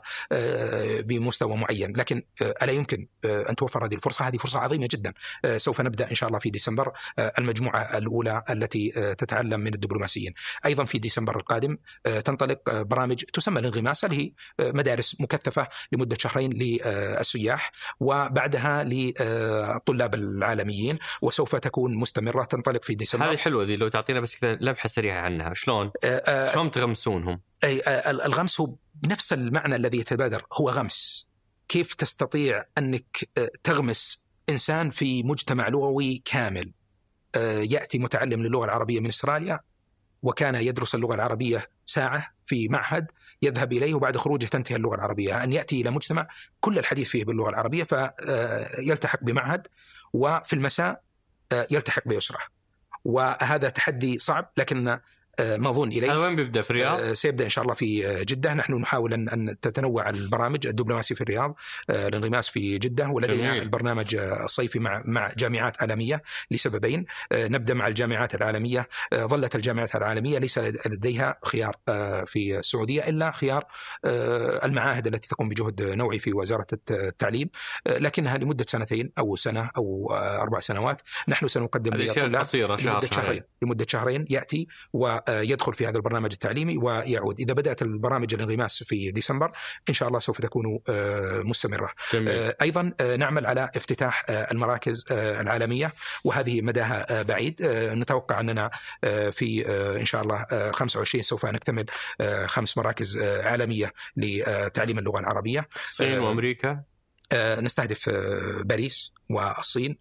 بمستوى معين، لكن ألا يمكن أن توفر هذه الفرصة؟ هذه فرصة عظيمة جدا. سوف نبدأ إن شاء الله في ديسمبر المجموعة الأولى التي تتعلم من الدبلوماسيين. أيضا في ديسمبر القادم تنطلق برامج تسمى الانغماس، اللي هي مدارس مكثفة لمدة شهرين للسياح وبعدها للطلاب العالميين، وسوف تكون مستمرة تنطلق في ديسمبر.
هذه حلوة دي، لو تعطينا بس كذا لمحة سريعة عنها. شلون آه شلون تغمسونهم؟
أي الغمس هو بنفس المعنى الذي يتبادر، هو غمس. كيف تستطيع أنك تغمس إنسان في مجتمع لغوي كامل؟ يأتي متعلم للغة العربية من أستراليا وكان يدرس اللغة العربية ساعة في معهد يذهب إليه، وبعد خروجه تنتهي اللغة العربية. أن يأتي إلى مجتمع كل الحديث فيه باللغة العربية فيلتحق بمعهد، وفي المساء يلتحق بيسرة. وهذا تحدي صعب، لكن ما أظن إليه.
هذا وين بيبدأ؟ في الرياض؟
سيبدأ إن شاء الله في جدة. نحن نحاول أن تتنوع البرامج. الدبلوماسي في الرياض، الانغماس في جدة، ولدينا جميل. البرنامج الصيفي مع مع جامعات عالمية لسببين. نبدأ مع الجامعات العالمية. ظلت الجامعات العالمية ليس لديها خيار في السعودية إلا خيار المعاهد التي تقوم بجهد نوعي في وزارة التعليم، لكنها لمدة سنتين أو سنة أو أربع سنوات. نحن سنقدم للطلاب لمدة شهرين لمدة شهرين يأتي و يدخل في هذا البرنامج التعليمي ويعود. إذا بدأت البرامج الانغماس في ديسمبر إن شاء الله سوف تكون مستمرة. جميل. أيضا نعمل على افتتاح المراكز العالمية، وهذه مداها بعيد. نتوقع أننا في إن شاء الله خمسة وعشرين سوف نكتمل خمس مراكز عالمية لتعليم اللغة العربية.
الصين وأمريكا،
نستهدف باريس والصين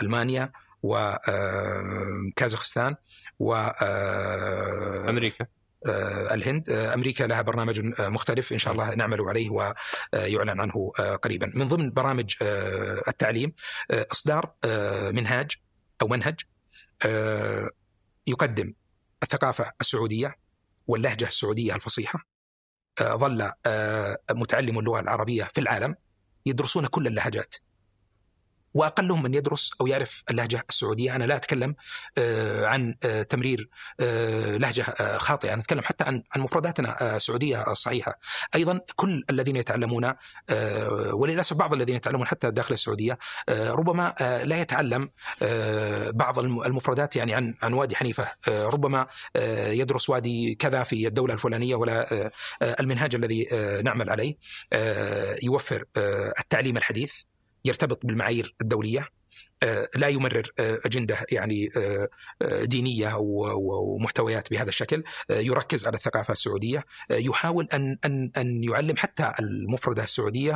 وألمانيا وكازاخستان وأمريكا الهند. أمريكا لها برنامج مختلف إن شاء الله نعمل عليه ويعلن عنه قريبا. من ضمن برامج التعليم إصدار منهاج أو منهج يقدم الثقافة السعودية واللهجة السعودية الفصيحة. ظل متعلم اللغة العربية في العالم يدرسون كل اللهجات، وأقلهم من يدرس أو يعرف اللهجة السعودية. أنا لا أتكلم عن تمرير لهجة خاطئة، أنا أتكلم حتى عن عن مفرداتنا السعودية الصحيحة. أيضا كل الذين يتعلمون، وللأسف بعض الذين يتعلمون حتى داخل السعودية ربما لا يتعلم بعض المفردات يعني عن عن وادي حنيفة، ربما يدرس وادي كذا في الدولة الفلانية. ولا المنهاج الذي نعمل عليه يوفر التعليم الحديث يرتبط بالمعايير الدولية، لا يمرر أجندة يعني دينية ومحتويات بهذا الشكل، يركز على الثقافة السعودية، يحاول أن أن أن يعلم حتى المفردة السعودية،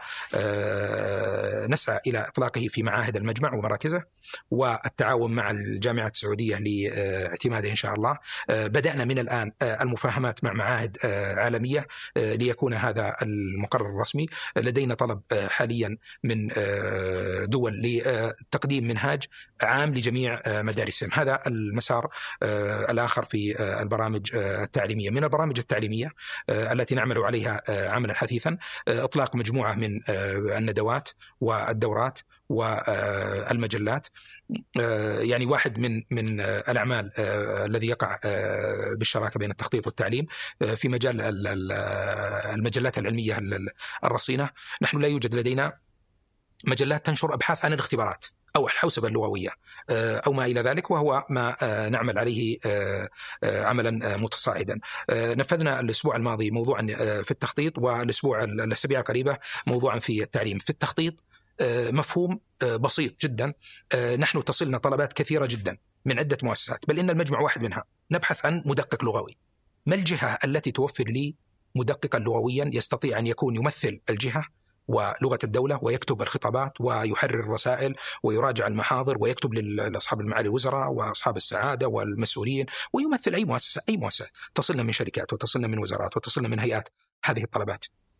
ونسعى إلى إطلاقه في معاهد المجمع ومراكزه والتعاون مع الجامعات السعودية لاعتماده إن شاء الله. بدأنا من الآن المفاهمات مع معاهد عالمية ليكون هذا المقرر الرسمي. لدينا طلب حاليا من دول تقديم منهاج عام لجميع مدارسهم. هذا المسار الآخر في البرامج التعليمية. من البرامج التعليمية التي نعمل عليها عملا حثيثا إطلاق مجموعة من الندوات والدورات والمجلات. يعني واحد من من الأعمال الذي يقع بالشراكة بين التخطيط والتعليم في مجال المجلات العلمية الرصينة. نحن لا يوجد لدينا مجلات تنشر أبحاث عن الاختبارات أو الحوسبة اللغوية أو ما إلى ذلك، وهو ما نعمل عليه عملا متصاعدا. نفذنا الأسبوع الماضي موضوعا في التخطيط، والأسبوع الأسابيع القريبة موضوعا في التعليم. في التخطيط مفهوم بسيط جدا، نحن تصلنا طلبات كثيرة جدا من عدة مؤسسات، بل إن المجمع واحد منها. نبحث عن مدقق لغوي. ما الجهة التي توفر لي مدققا لغويا يستطيع أن يكون يمثل الجهة ولغة الدولة ويكتب الخطابات ويحرر الرسائل ويراجع المحاضر ويكتب لأصحاب المعالي الوزراء وأصحاب السعادة والمسؤولين، ويمثل أي مؤسسة أي مؤسسة تصلنا من شركات وتصلنا من وزارات وتصلنا من هيئات هذه الطلبات.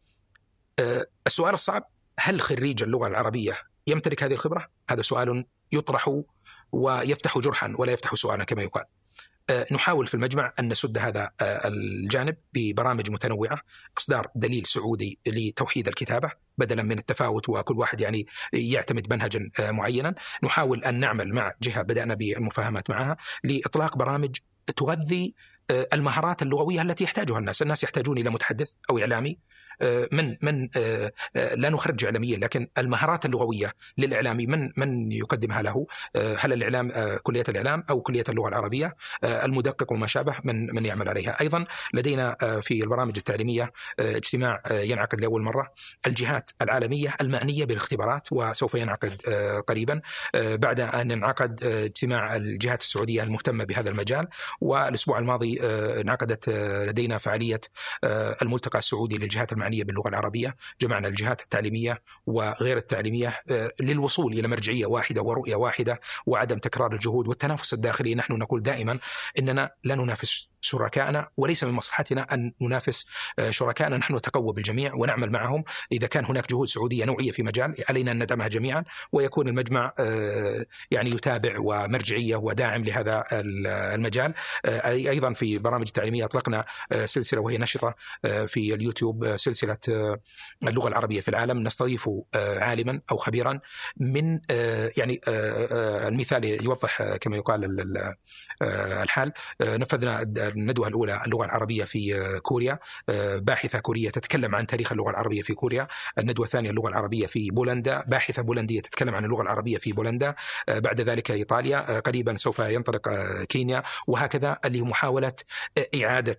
أه السؤال الصعب: هل خريج اللغة العربية يمتلك هذه الخبرة؟ هذا سؤال يطرح ويفتح جرحا ولا يفتح سؤالا كما يقال. نحاول في المجمع أن نسد هذا الجانب ببرامج متنوعة. إصدار دليل سعودي لتوحيد الكتابة بدلا من التفاوت وكل واحد يعني يعتمد منهجا معينا. نحاول أن نعمل مع جهة بدأنا بالمفاهمات معها لإطلاق برامج تغذي المهارات اللغوية التي يحتاجها الناس. الناس يحتاجون إلى متحدث أو إعلامي من من لا نخرج إعلاميا، لكن المهارات اللغوية للإعلامي من من يقدمها له؟ هل الإعلام كلية الإعلام أو كلية اللغة العربية؟ المدقق وما شابه من من يعمل عليها. أيضا لدينا في البرامج التعليمية اجتماع ينعقد لأول مرة الجهات العالمية المعنية بالاختبارات، وسوف ينعقد قريبا بعد أن انعقد اجتماع الجهات السعودية المهتمة بهذا المجال. والأسبوع الماضي انعقدت لدينا فعالية الملتقى السعودي للجهات المعنية باللغة العربية. جمعنا الجهات التعليمية وغير التعليمية للوصول إلى مرجعية واحدة ورؤية واحدة وعدم تكرار الجهود والتنافس الداخلي. نحن نقول دائما إننا لا ننافس شركائنا، وليس من مصلحتنا أن ننافس شركائنا. نحن نتقوى بالجميع ونعمل معهم. إذا كان هناك جهود سعودية نوعية في مجال علينا أن ندعمها جميعا، ويكون المجمع يعني يتابع ومرجعية وداعم لهذا المجال. أيضا في برامج التعليمية أطلقنا سلسلة وهي نشطة في اليوتيوب، سلسلة اللغة العربية في العالم. نستضيف عالما أو خبيرا من يعني المثال يوضح كما يقال الحال. نفذنا الندوة الأولى اللغة العربية في كوريا، باحثة كورية تتكلم عن تاريخ اللغة العربية في كوريا. الندوة الثانية اللغة العربية في بولندا، باحثة بولندية تتكلم عن اللغة العربية في بولندا. بعد ذلك إيطاليا، قريبا سوف ينطلق كينيا، وهكذا اللي محاولة إعادة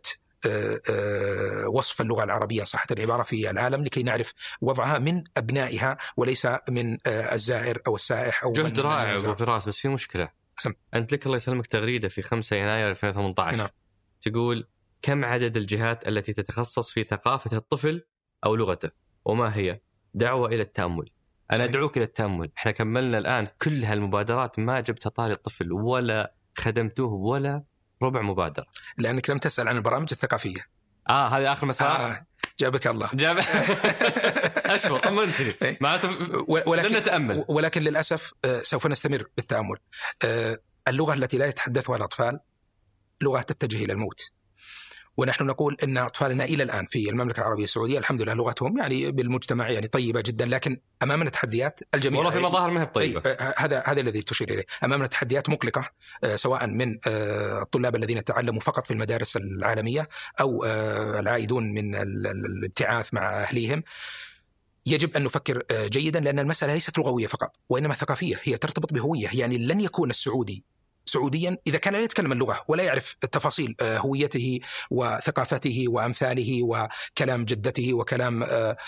وصف اللغة العربية صحة العبارة في العالم لكي نعرف وضعها من أبنائها وليس من الزائر أو السائح أو
جهد رائع أبو فراس. بس في مشكلة. سم. أنت لك الله يسلمك تغريدة في خمسة يناير ألفين وثمانية عشر نعم. تقول كم عدد الجهات التي تتخصص في ثقافة الطفل أو لغته وما هي؟ دعوة إلى التأمل. أنا أدعوك إلى التأمل. إحنا كملنا الآن كل هالمبادرات ما جبتها طاري الطفل ولا خدمتوه ولا ربع مبادرة.
لأنك لم تسأل عن البرامج الثقافية.
آه هذه آخر مسار.
آه جابك الله.
جاب. أشوى طمنتني. معناته
ولكن
نتأمل.
ولكن للأسف سوف نستمر بالتأمل. اللغة التي لا يتحدثها الأطفال لغة تتجه إلى الموت. ونحن نقول أن أطفالنا إلى الآن في المملكة العربية السعودية الحمد لله لغتهم يعني بالمجتمع يعني طيبة جدا، لكن أمامنا تحديات الجميع.
والله في مظاهر ما هي طيبة.
هذا هذا الذي تشير إليه. أمامنا تحديات مقلقة سواء من الطلاب الذين تعلموا فقط في المدارس العالمية أو العائدون من الابتعاث مع أهليهم. يجب أن نفكر جيدا، لأن المسألة ليست لغوية فقط وإنما ثقافية، هي ترتبط بهوية. يعني لن يكون السعودي سعوديا إذا كان لا يتكلم اللغة ولا يعرف تفاصيل هويته وثقافته وأمثاله وكلام جدته وكلام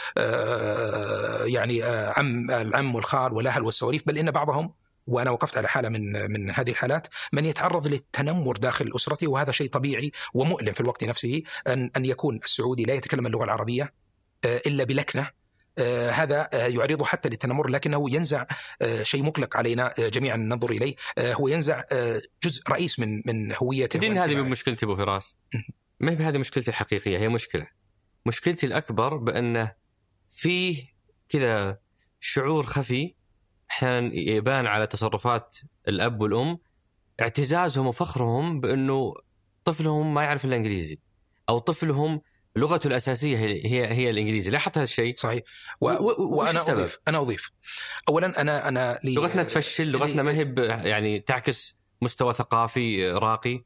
يعني عم العم والخال والأهل والسواليف. بل إن بعضهم، وأنا وقفت على حالة من من هذه الحالات، من يتعرض للتنمر داخل أسرته، وهذا شيء طبيعي ومؤلم في الوقت نفسه أن أن يكون السعودي لا يتكلم اللغة العربية إلا بلكنة. آه هذا آه يعرضه حتى للتنمر، لكنه ينزع آه شيء مقلق علينا آه جميعا ننظر إليه. آه هو ينزع آه جزء رئيس من من هويته.
تدين هذه من مشكلتي أبو فراس. ما هي هذه مشكلتي الحقيقية، هي مشكلة مشكلتي الأكبر بأنه فيه كذا شعور خفي أحيانا يبان على تصرفات الأب والأم، اعتزازهم وفخرهم بأنه طفلهم ما يعرف الإنجليزي أو طفلهم لغته الأساسية هي هي الإنجليزي. لاحظت هذا الشيء.
صحيح. و... وأنا أضيف أنا أضيف أولا أنا أنا لي...
لغتنا تفشل، لغتنا ما هي يعني تعكس مستوى ثقافي راقي.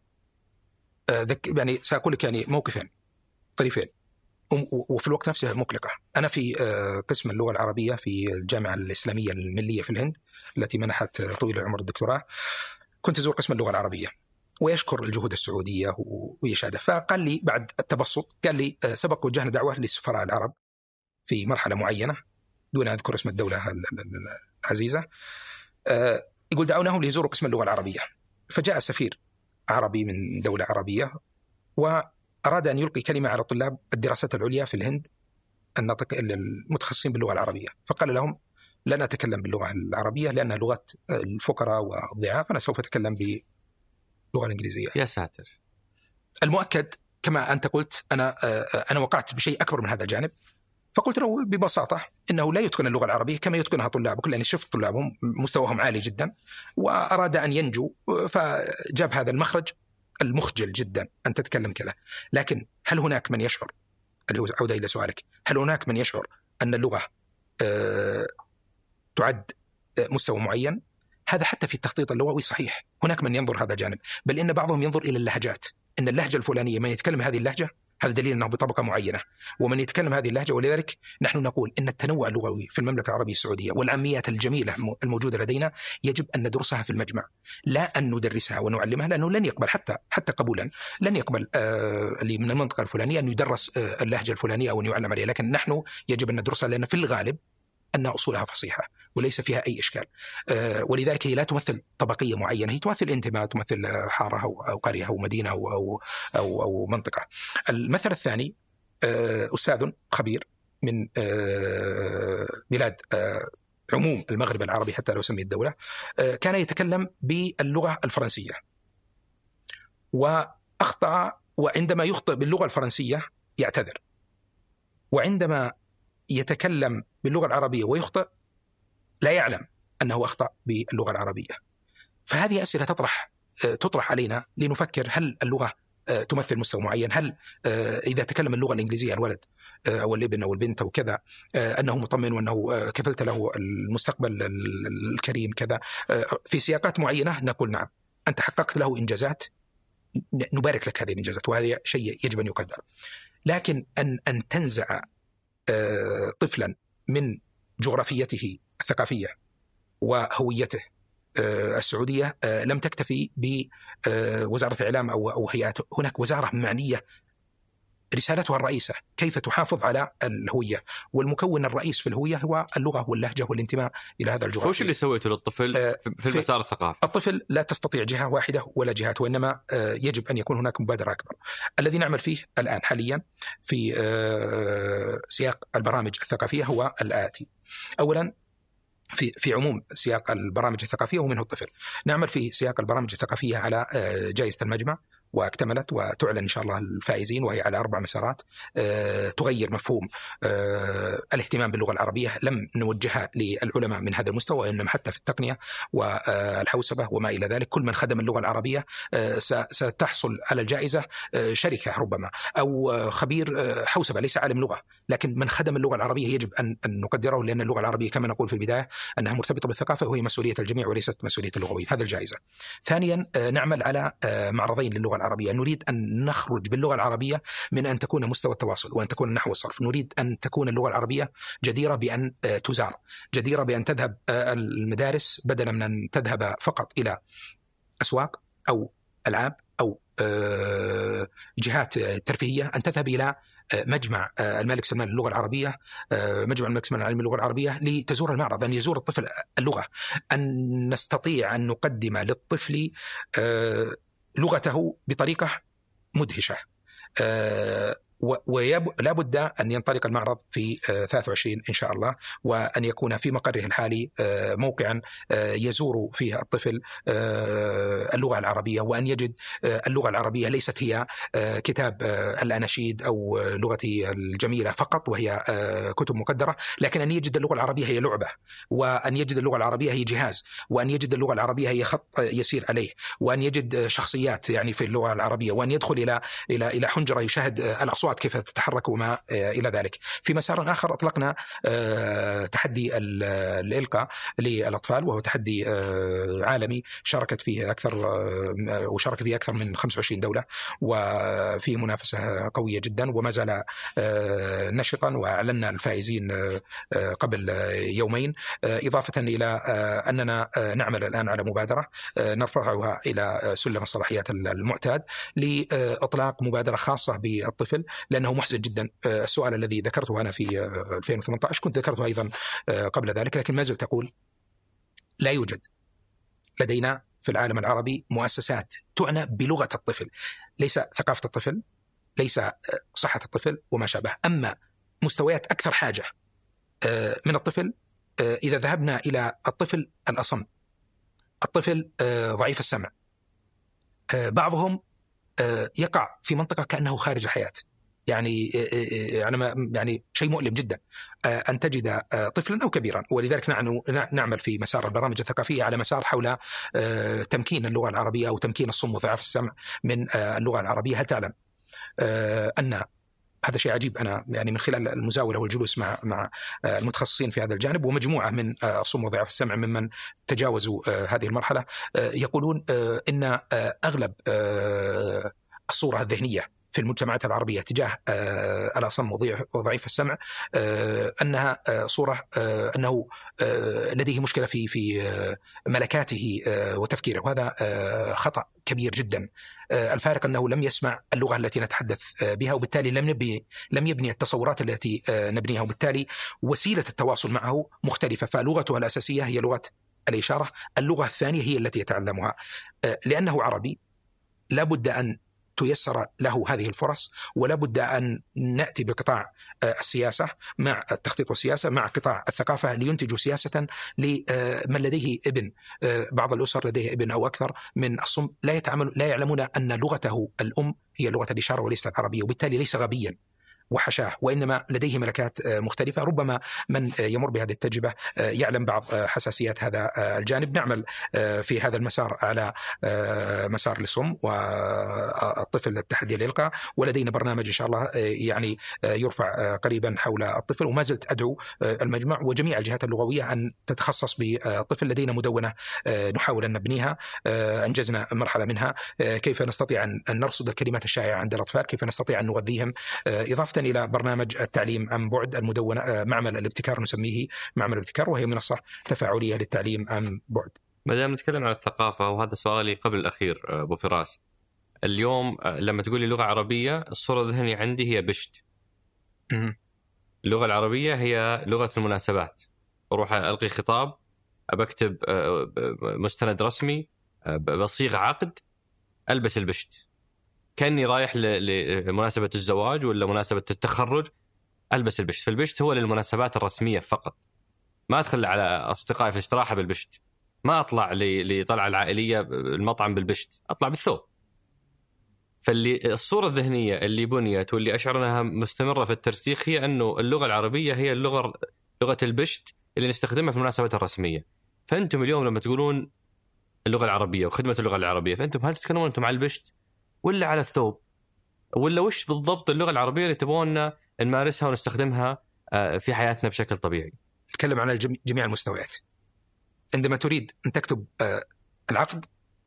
ذك... يعني سأقول لك يعني موقفين طريفين وفي الوقت نفسه مقلقة. أنا في قسم اللغة العربية في الجامعة الإسلامية الملية في الهند التي منحت طويل العمر الدكتوراه، كنت أزور قسم اللغة العربية ويشكر الجهود السعودية ويشهده. فقال لي بعد التبسط، قال لي سبق وجهنا دعوة للسفراء العرب في مرحلة معينة دون أن أذكر اسم الدولة العزيزة، يقول دعوناهم ليزوروا قسم اللغة العربية. فجاء سفير عربي من دولة عربية وأراد أن يلقي كلمة على طلاب الدراسات العليا في الهند الناطق المتخصصين باللغة العربية، فقال لهم لن أتكلم باللغة العربية لأنها لغة الفقراء والضعاف، أنا سوف أتكلم ب اللغة الإنجليزية.
يا ساتر.
المؤكد كما أنت قلت، أنا أنا وقعت بشيء أكبر من هذا الجانب، فقلت له ببساطة إنه لا يتقن اللغة العربية كما يتقنها طلابك، لأن شفت طلابهم مستواهم عالي جدا وأراد أن ينجو، فجاب هذا المخرج المخجل جدا أن تتكلم كذا. لكن هل هناك من يشعر، اللي هو عودة إلى سؤالك، هل هناك من يشعر أن اللغة أه تعد مستوى معين؟ هذا حتى في التخطيط اللغوي صحيح، هناك من ينظر هذا جانب، بل إن بعضهم ينظر إلى اللهجات، إن اللهجة الفلانية من يتكلم هذه اللهجة هذا دليل أنه بطبقة معينة ومن يتكلم هذه اللهجة. ولذلك نحن نقول إن التنوع اللغوي في المملكة العربية السعودية والعاميات الجميلة الموجودة لدينا يجب أن ندرسها في المجمع، لا أن ندرسها ونعلمها، لأنه لن يقبل حتى حتى قبولا لن يقبل آه اللي من المنطقة الفلانية أن يدرس آه اللهجة الفلانية أو أن يعلم عليها، لكن نحن يجب أن ندرسها لأن في الغالب أن أصولها فصيحة وليس فيها أي إشكال. أه ولذلك هي لا تمثل طبقية معينة، هي تمثل انتماء، تمثل حارة أو قرية أو مدينة أو, أو, أو, أو منطقة. المثل الثاني أه أستاذ خبير من أه بلاد أه عموم المغرب العربي حتى لو سمي الدولة، أه كان يتكلم باللغة الفرنسية وأخطأ، وعندما يخطئ باللغة الفرنسية يعتذر، وعندما يتكلم باللغة العربية ويخطئ لا يعلم أنه أخطأ باللغة العربية. فهذه أسئلة تطرح تطرح علينا لنفكر، هل اللغة تمثل مستوى معين؟ هل إذا تكلم اللغة الإنجليزية الولد أو الابن أو البنت أو كذا أنه مطمئن وأنه كفلت له المستقبل الكريم كذا؟ في سياقات معينة نقول نعم أنت حققت له إنجازات، نبارك لك هذه الإنجازات وهذا شيء يجب أن يقدر. لكن أن أن تنزع طفلا من جغرافيته الثقافية وهويته السعودية لم تكتفي بوزارة الإعلام أو هيئات، هناك وزارة معنية رسالتها الرئيسة كيف تحافظ على الهوية، والمكون الرئيس في الهوية هو اللغة واللهجة والانتماء إلى هذا الجغرافيا.
وش اللي سويته للطفل في المسار الثقافي؟
الطفل لا تستطيع جهة واحدة ولا جهات، وإنما يجب أن يكون هناك مبادرة أكبر. الذي نعمل فيه الآن حاليا في سياق البرامج الثقافية هو الآتي. أولا في في عموم سياق البرامج الثقافية ومنه الطفل، نعمل في سياق البرامج الثقافية على جائزة المجمع واكتملت وتعلن إن شاء الله الفائزين، وهي على أربع مسارات تغير مفهوم الاهتمام باللغة العربية. لم نوجهها للعلماء من هذا المستوى، وإنما حتى في التقنية والحوسبة وما إلى ذلك. كل من خدم اللغة العربية ستحصل على الجائزة شركة ربما أو خبير حوسبة ليس عالم لغة، لكن من خدم اللغة العربية يجب أن نقدره، لأن اللغة العربية كما نقول في البداية أنها مرتبطة بالثقافة وهي مسؤولية الجميع وليست مسؤولية اللغويين. هذا الجائزة. ثانيا نعمل على معرضين للغة العربية. نريد أن نخرج باللغة العربية من أن تكون مستوى التواصل وأن تكون النحو والصرف. نريد أن تكون اللغة العربية جديرة بأن تزار، جديرة بأن تذهب المدارس بدلا من أن تذهب فقط إلى أسواق أو ألعاب أو جهات ترفيهية، أن تذهب إلى مجمع الملك سلمان للغة العربية، مجمع الملك سلمان العالمي للغة العربية، لتزور المعرض، أن يزور الطفل اللغة، أن نستطيع أن نقدم للطفل لغته بطريقة مدهشة. ولا بد أن ينطلق المعرض في ثلاثة وعشرين إن شاء الله، وأن يكون في مقره الحالي موقعا يزور فيه الطفل اللغة العربية، وأن يجد اللغة العربية ليست هي كتاب الأناشيد أو لغتي الجميلة فقط وهي كتب مقدرة، لكن أن يجد اللغة العربية هي لعبة، وأن يجد اللغة العربية هي جهاز، وأن يجد اللغة العربية هي خط يسير عليه، وأن يجد شخصيات يعني في اللغة العربية، وأن يدخل إلى إلى إلى حنجرة يشاهد الأصوات كيف تتحرك وما إلى ذلك. في مسار آخر أطلقنا تحدي الإلقاء للأطفال، وهو تحدي عالمي شاركت فيه أكثر وشارك فيه أكثر من خمسة وعشرين دولة، وفي منافسة قوية جدا وما زال نشطا، وأعلنا الفائزين قبل يومين، إضافة إلى أننا نعمل الآن على مبادرة نرفعها إلى سلم الصلاحيات المعتاد لإطلاق مبادرة خاصة بالطفل، لأنه محزن جدا. السؤال الذي ذكرته أنا في ألفين وثمانية عشر كنت ذكرته أيضا قبل ذلك، لكن ما زلت أقول لا يوجد لدينا في العالم العربي مؤسسات تعنى بلغة الطفل، ليس ثقافة الطفل، ليس صحة الطفل وما شابه. أما مستويات أكثر حاجة من الطفل، إذا ذهبنا إلى الطفل الأصم، الطفل ضعيف السمع، بعضهم يقع في منطقة كأنه خارج الحياة، يعني يعني يعني شيء مؤلم جدا أن تجد طفلا أو كبيرا. ولذلك نعمل في مسار البرامج الثقافية على مسار حول تمكين اللغة العربية أو تمكين الصم وضعاف السمع من اللغة العربية. هل تعلم أن هذا شيء عجيب؟ أنا يعني من خلال المزاولة والجلوس مع مع المتخصصين في هذا الجانب ومجموعة من الصم وضعاف السمع ممن تجاوزوا هذه المرحلة، يقولون إن أغلب الصورة الذهنية في المجتمعات العربية تجاه الأصم وضعيف السمع أنها صورة أنه لديه مشكلة في في ملكاته وتفكيره، وهذا خطأ كبير جدا. الفارق أنه لم يسمع اللغة التي نتحدث بها، وبالتالي لم نبني لم يبني التصورات التي نبنيها، وبالتالي وسيلة التواصل معه مختلفة. فلغته الأساسية هي لغة الإشارة، اللغة الثانية هي التي يتعلمها. لأنه عربي لابد أن تيسر له هذه الفرص، ولا بد أن نأتي بقطاع السياسة مع التخطيط والسياسة مع قطاع الثقافة لينتجوا سياسة لمن لديه ابن. بعض الأسر لديه ابن أو أكثر من الصم لا يتعامل لا يعلمون أن لغته الأم هي لغة الإشارة وليست العربية، وبالتالي ليس غبيا وحشاه، وإنما لديه ملكات مختلفة. ربما من يمر بهذه التجربة يعلم بعض حساسيات هذا الجانب. نعمل في هذا المسار على مسار الصم والطفل التحدي الإلقاء، ولدينا برنامج إن شاء الله يعني يرفع قريبا حول الطفل، وما زلت أدعو المجمع وجميع الجهات اللغوية أن تتخصص بالطفل. لدينا مدونة نحاول أن نبنيها، أنجزنا مرحلة منها، كيف نستطيع أن نرصد الكلمات الشائعة عند الأطفال، كيف نستطيع أن نغذيهم، إضافة إلى برنامج التعليم عن بعد المدونة معمل الابتكار، نسميه معمل الابتكار، وهي منصة تفاعلية للتعليم عن بعد.
ما دام نتكلم عن الثقافة، وهذا سؤالي قبل الأخير أبو فراس، اليوم لما تقولي لغة عربية الصورة الذهنية عندي هي بشت. اللغة العربية هي لغة المناسبات، أروح ألقي خطاب، أبكتب مستند رسمي، بصيغ عقد، ألبس البشت كأني رايح لمناسبة الزواج ولا مناسبة التخرج، ألبس البشت. فالبشت هو للمناسبات الرسمية فقط. ما أدخل على أصدقائي في الاستراحة بالبشت، ما أطلع لطلعة العائلية المطعم بالبشت، أطلع بالثوب. فاللي الصورة الذهنية اللي بنيت واللي أشعر أنها مستمرة في الترسيخ هي أنه اللغة العربية هي اللغة لغة البشت اللي نستخدمها في المناسبات الرسمية. فأنتم اليوم لما تقولون اللغة العربية وخدمة اللغة العربية، فأنتم هل تتكلمون أنتم على البشت ولا على الثوب، ولا وش بالضبط اللغة العربية اللي تبغوننا نمارسها ونستخدمها في حياتنا بشكل طبيعي؟
نتكلم عن جميع المستويات. عندما تريد أن تكتب العقد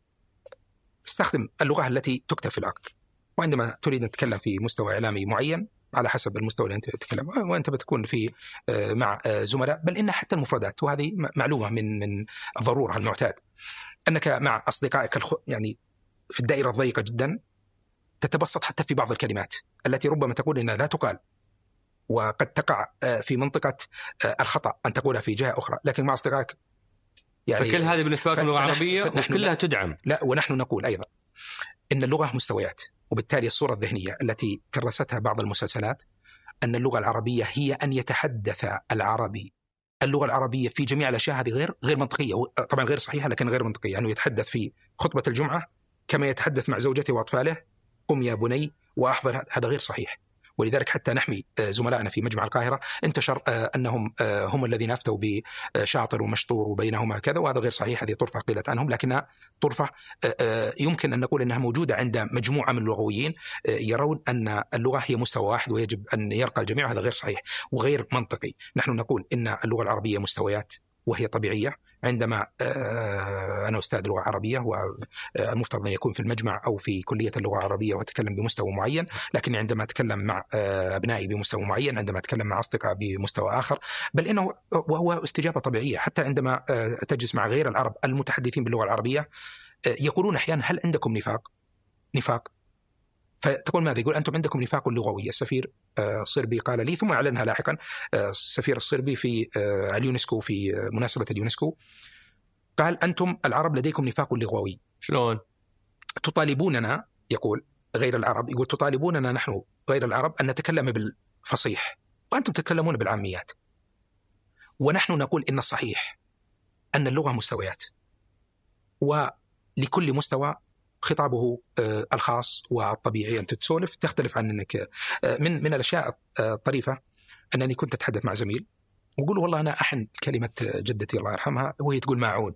استخدم اللغة التي تكتب في العقد، وعندما تريد أن تتكلم في مستوى إعلامي معين على حسب المستوى اللي أنت تتكلم، وأنت بتكون في مع زملاء، بل إن حتى المفردات، وهذه معلومة من من الضرورة المعتاد، أنك مع أصدقائك الخ... يعني في الدائرة الضيقة جدا تتبسط حتى في بعض الكلمات التي ربما تقول إنها لا تقال، وقد تقع في منطقة الخطأ أن تقولها في جهة أخرى، لكن مع أصدقائك
يعني فكل هذه بالنسبة لكم لغة عربية وكلها تدعم.
لا، ونحن نقول أيضا إن اللغة مستويات، وبالتالي الصورة الذهنية التي كرستها بعض المسلسلات أن اللغة العربية هي أن يتحدث العربي اللغة العربية في جميع الأشياء، هذه غير غير منطقية، طبعا غير صحيحة لكن غير منطقية. أنه يتحدث في خطبة الجمعة كما يتحدث مع زوجته وأطفاله، قم يا بني وأحضر، هذا غير صحيح. ولذلك حتى نحمي زملائنا في مجمع القاهرة انتشر أنهم هم الذين أفتوا بشاطر ومشطور وبينهما كذا، وهذا غير صحيح. هذه طرفة قيلت عنهم، لكنها طرفة يمكن أن نقول أنها موجودة عند مجموعة من اللغويين يرون أن اللغة هي مستوى واحد ويجب أن يرقى الجميع، هذا غير صحيح وغير منطقي. نحن نقول إن اللغة العربية مستويات وهي طبيعية. عندما أنا أستاذ لغة عربية والمفترض أن يكون في المجمع أو في كلية اللغة العربية وأتكلم بمستوى معين، لكن عندما أتكلم مع أبنائي بمستوى معين، عندما أتكلم مع أصدقاء بمستوى آخر، بل إنه وهو استجابة طبيعية. حتى عندما تجلس مع غير العرب المتحدثين باللغة العربية يقولون أحيانا هل عندكم نفاق نفاق فتقول ماذا؟ يقول أنتم عندكم نفاق لغوي. السفير الصربي قال لي، ثم أعلنها لاحقا السفير الصربي في اليونسكو في مناسبة اليونسكو، قال أنتم العرب لديكم نفاق لغوي.
شلون؟
تطالبوننا، يقول غير العرب، يقول تطالبوننا نحن غير العرب أن نتكلم بالفصيح وأنتم تتكلمون بالعاميات، ونحن نقول إن الصحيح أن اللغة مستويات، ولكل مستوى خطابه الخاص والطبيعي. أنت تسولف تختلف عن أنك من من الأشياء الطريفة أنني كنت أتحدث مع زميل وقول والله أنا أحن كلمة جدتي الله يرحمها وهي تقول ماعون،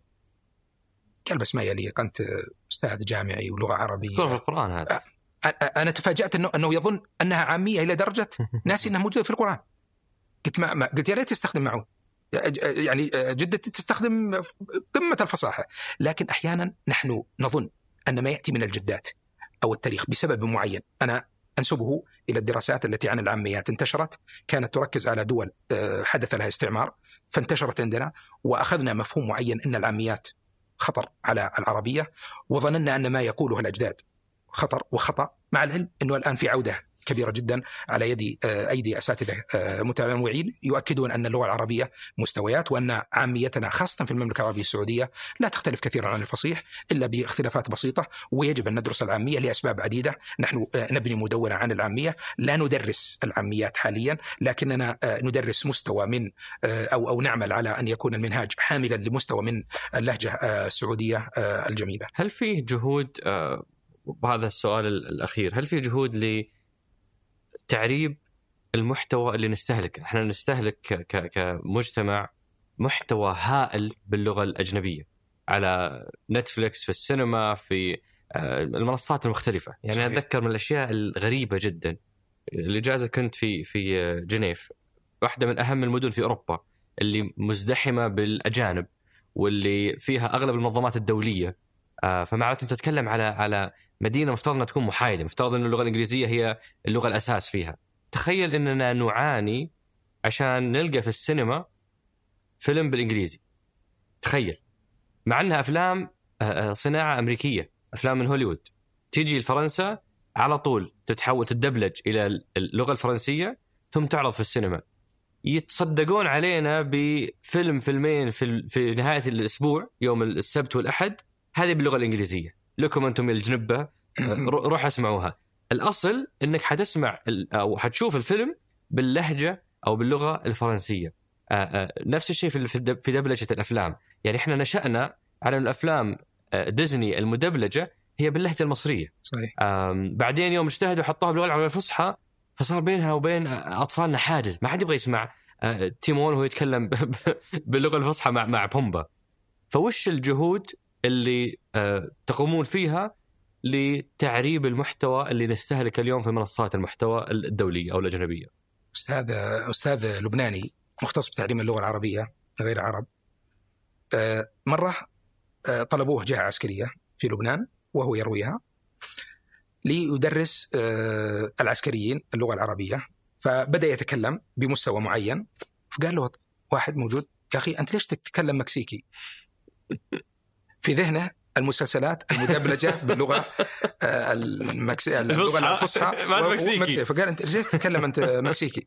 قال بس ما يليق، أنت أستاذ جامعي ولغة عربية.
في القرآن هذا.
أنا تفاجأت أنه أنه يظن أنها عامية إلى درجة ناسي أنها موجودة في القرآن. قلت ما, ما قلت يا ريت تستخدم ماعون، يعني جدتي تستخدم قمة الفصاحة، لكن أحيانا نحن نظن أن ما يأتي من الجدات أو التاريخ بسبب معين. أنا أنسبه إلى الدراسات التي عن العاميات انتشرت، كانت تركز على دول حدث لها استعمار فانتشرت عندنا، وأخذنا مفهوم معين أن العاميات خطر على العربية، وظننا أن ما يقوله الأجداد خطر وخطأ، مع العلم أنه الآن في عودة كبيرة جدا على يد أيدي أساتذة متنوعين يؤكدون أن اللغة العربية مستويات، وأن عاميتنا خاصة في المملكة العربية السعودية لا تختلف كثيرا عن الفصيح إلا باختلافات بسيطة، ويجب أن ندرس العامية لأسباب عديدة. نحن نبني مدونة عن العامية، لا ندرس العاميات حاليا، لكننا ندرس مستوى من أو أو نعمل على أن يكون المنهاج حاملا لمستوى من اللهجة السعودية الجميلة.
هل فيه جهود، وهذا السؤال الأخير، هل فيه جهود ل تعريب المحتوى اللي نستهلكه؟ احنا نستهلك كمجتمع محتوى هائل باللغة الأجنبية على نتفليكس، في السينما، في المنصات المختلفة. يعني صحيح. أتذكر من الأشياء الغريبة جدا اللي جازة كنت في في جنيف، واحدة من أهم المدن في أوروبا اللي مزدحمة بالأجانب واللي فيها أغلب المنظمات الدولية. فمعناته أنت تتكلم على على مدينة مفترض أنها تكون محايدة، مفترض أن اللغة الإنجليزية هي اللغة الأساس فيها. تخيل أننا نعاني عشان نلقى في السينما فيلم بالإنجليزي، تخيل، مع أنها أفلام صناعة أمريكية، أفلام من هوليوود، تيجي لفرنسا على طول تتحول تدبلج إلى اللغة الفرنسية ثم تعرض في السينما. يتصدقون علينا بفيلم فيلمين في في نهاية الأسبوع يوم السبت والأحد، هذه باللغة الإنجليزية، لكم أنتم الجنبة روح اسمعوها. الأصل أنك حتسمع أو حتشوف الفيلم باللهجة أو باللغة الفرنسية. نفس الشيء في في دبلجة الأفلام. يعني إحنا نشأنا على الأفلام ديزني المدبلجة هي باللهجة المصرية.
صحيح.
بعدين يوم اجتهدوا حطوها باللغة العربية الفصحى، فصار بينها وبين أطفالنا حاجز، ما حد يبغى يسمع تيمون وهو يتكلم باللغة الفصحى مع مع بومبا. فوش الجهود اللي تقومون فيها لتعريب المحتوى اللي نستهلك اليوم في منصات المحتوى الدولية أو الأجنبية؟
أستاذ أستاذ لبناني مختص بتعليم اللغة العربية غير عرب، مرة طلبوه جهة عسكرية في لبنان وهو يرويها ليدرس العسكريين اللغة العربية، فبدأ يتكلم بمستوى معين، فقال له واحد موجود: يا أخي أنت ليش تتكلم مكسيكي؟ في ذهنه المسلسلات المدبلجة باللغة المكسي... اللغة الفصحى مكسيكي، فقال أنت ليش تتكلم أنت مكسيكي؟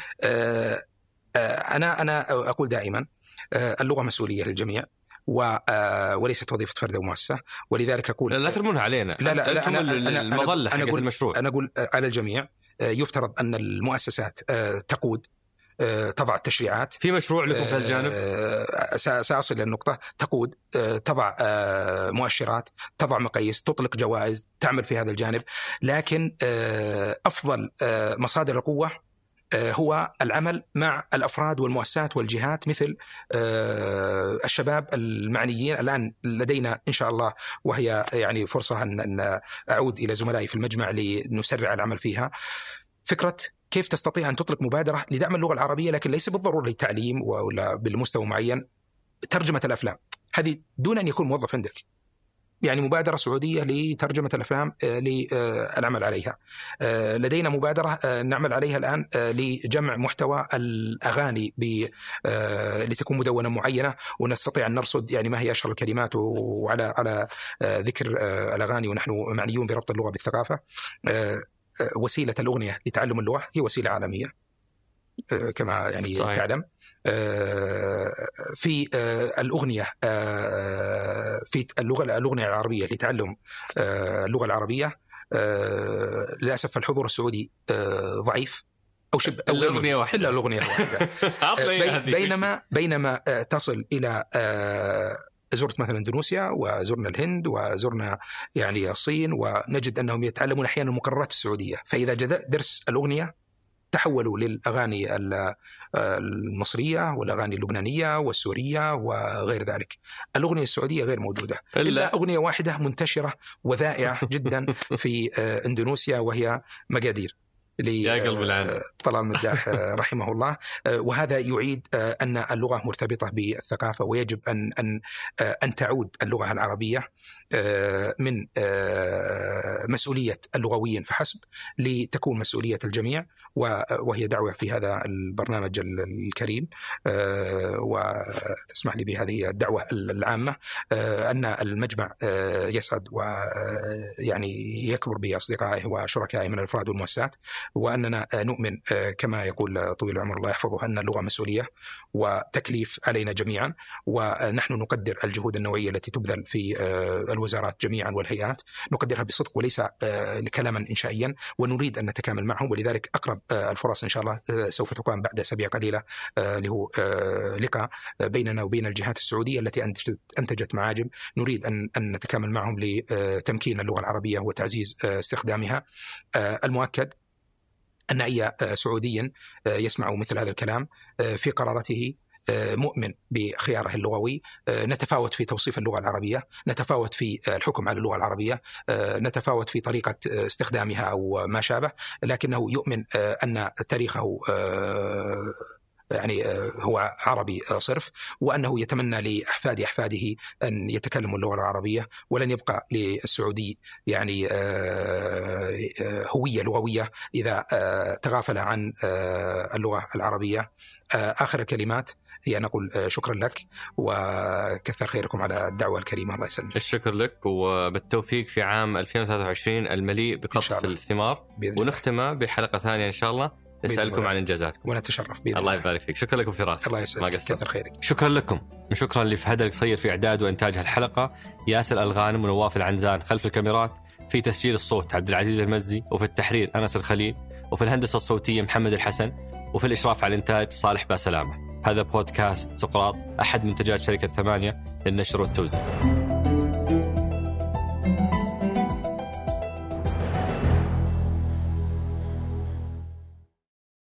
أنا أنا أقول دائما اللغة مسؤولية للجميع وليست وظيفة فرد أو مؤسسة، ولذلك أقول
لا ترمونها علينا.
لا لا
أنتم المظلة حق المشروع.
أنا أقول على الجميع. يفترض أن المؤسسات تقود، تضع التشريعات.
في مشروع لكم في الجانب؟
سأصل للنقطة. تقود، تضع مؤشرات، تضع مقاييس، تطلق جوائز، تعمل في هذا الجانب. لكن أفضل مصادر القوة هو العمل مع الأفراد والمؤسسات والجهات، مثل الشباب المعنيين. الآن لدينا إن شاء الله، وهي يعني فرصة أن أعود إلى زملائي في المجمع لنسرع العمل فيها، فكرة كيف تستطيع أن تطلق مبادرة لدعم اللغة العربية، لكن ليس بالضرورة للتعليم ولا بالمستوى معين. ترجمة الأفلام هذه دون أن يكون موظف عندك، يعني مبادرة سعودية لترجمة الأفلام للعمل عليها. لدينا مبادرة نعمل عليها الآن لجمع محتوى الأغاني لتكون مدونة معينة، ونستطيع أن نرصد يعني ما هي أشهر الكلمات وعلى على ذكر الأغاني، ونحن معنيون بربط اللغة بالثقافة. وسيلة الأغنية لتعلم اللغة هي وسيلة عالمية كما يعني صحيح. تعلم في الأغنية في اللغة الأغنية العربية لتعلم اللغة العربية، للأسف الحضور السعودي ضعيف أو شبه
إلا أغنية واحدة
إلا الأغنية واحدة بينما بينما تصل إلى زرت مثلا اندونيسيا وزرنا الهند وزرنا يعني الصين، ونجد أنهم يتعلمون أحيانا المكررات السعودية. فإذا جاء درس الأغنية تحولوا للأغاني المصرية والأغاني اللبنانية والسورية وغير ذلك. الأغنية السعودية غير موجودة إلا, إلا أغنية واحدة منتشرة وذائعة جدا في اندونيسيا، وهي مقادير لطلال مداح رحمه الله. وهذا يعيد أن اللغة مرتبطة بالثقافة، ويجب أن أن أن تعود اللغة العربية من مسؤولية اللغويين فحسب لتكون مسؤولية الجميع، وهي دعوة في هذا البرنامج الكريم، وتسمح لي بهذه الدعوة العامة أن المجمع يسعد ويعني يكبر بأصدقائه وشركائه من الأفراد والمؤسسات، وأننا نؤمن كما يقول طويل العمر الله يحفظه أن اللغة مسؤولية وتكليف علينا جميعا، ونحن نقدر الجهود النوعية التي تبذل في الوزارات جميعا والهيئات، نقدرها بصدق وليس كلاما إنشائيا، ونريد أن نتكامل معهم. ولذلك أقرب الفرص إن شاء الله سوف تقام بعد أسابيع قليلة اللي هو لقاء بيننا وبين الجهات السعودية التي أنتجت معاجم، نريد أن أن نتكامل معهم لتمكين اللغة العربية وتعزيز استخدامها. المؤكد أن أي سعودي يسمع مثل هذا الكلام في قرارته مؤمن بخياره اللغوي. نتفاوت في توصيف اللغة العربية، نتفاوت في الحكم على اللغة العربية، نتفاوت في طريقة استخدامها أو ما شابه، لكنه يؤمن أن تاريخه يعني هو عربي صرف، وأنه يتمنى لأحفاد أحفاده أن يتكلموا اللغة العربية، ولن يبقى للسعودي يعني هوية لغوية إذا تغافل عن اللغة العربية. آخر الكلمات هي نقول شكرا لك وكثر خيركم على الدعوة الكريمة. الله يسلمك.
الشكر لك وبالتوفيق في عام ألفين وثلاثة وعشرين المليء بقطف الثمار، ونختمه بحلقة ثانية إن شاء الله نسألكم عن إنجازاتكم.
ونتشرف بإذن
الله يبارك فيك. شكرا لكم فراس.
الله يسعدك. كثر خيرك.
شكرا لكم. شكرا لفهد القصير في إعداد وإنتاج هالحلقة، ياسر الغانم ونواف العنزان خلف الكاميرات، في تسجيل الصوت عبد العزيز المزي، وفي التحرير أنس الخليل، وفي الهندسة الصوتية محمد الحسن، وفي الإشراف على الإنتاج صالح باسلامة. هذا بودكاست سقراط، أحد منتجات شركة ثمانية للنشر والتوزيع.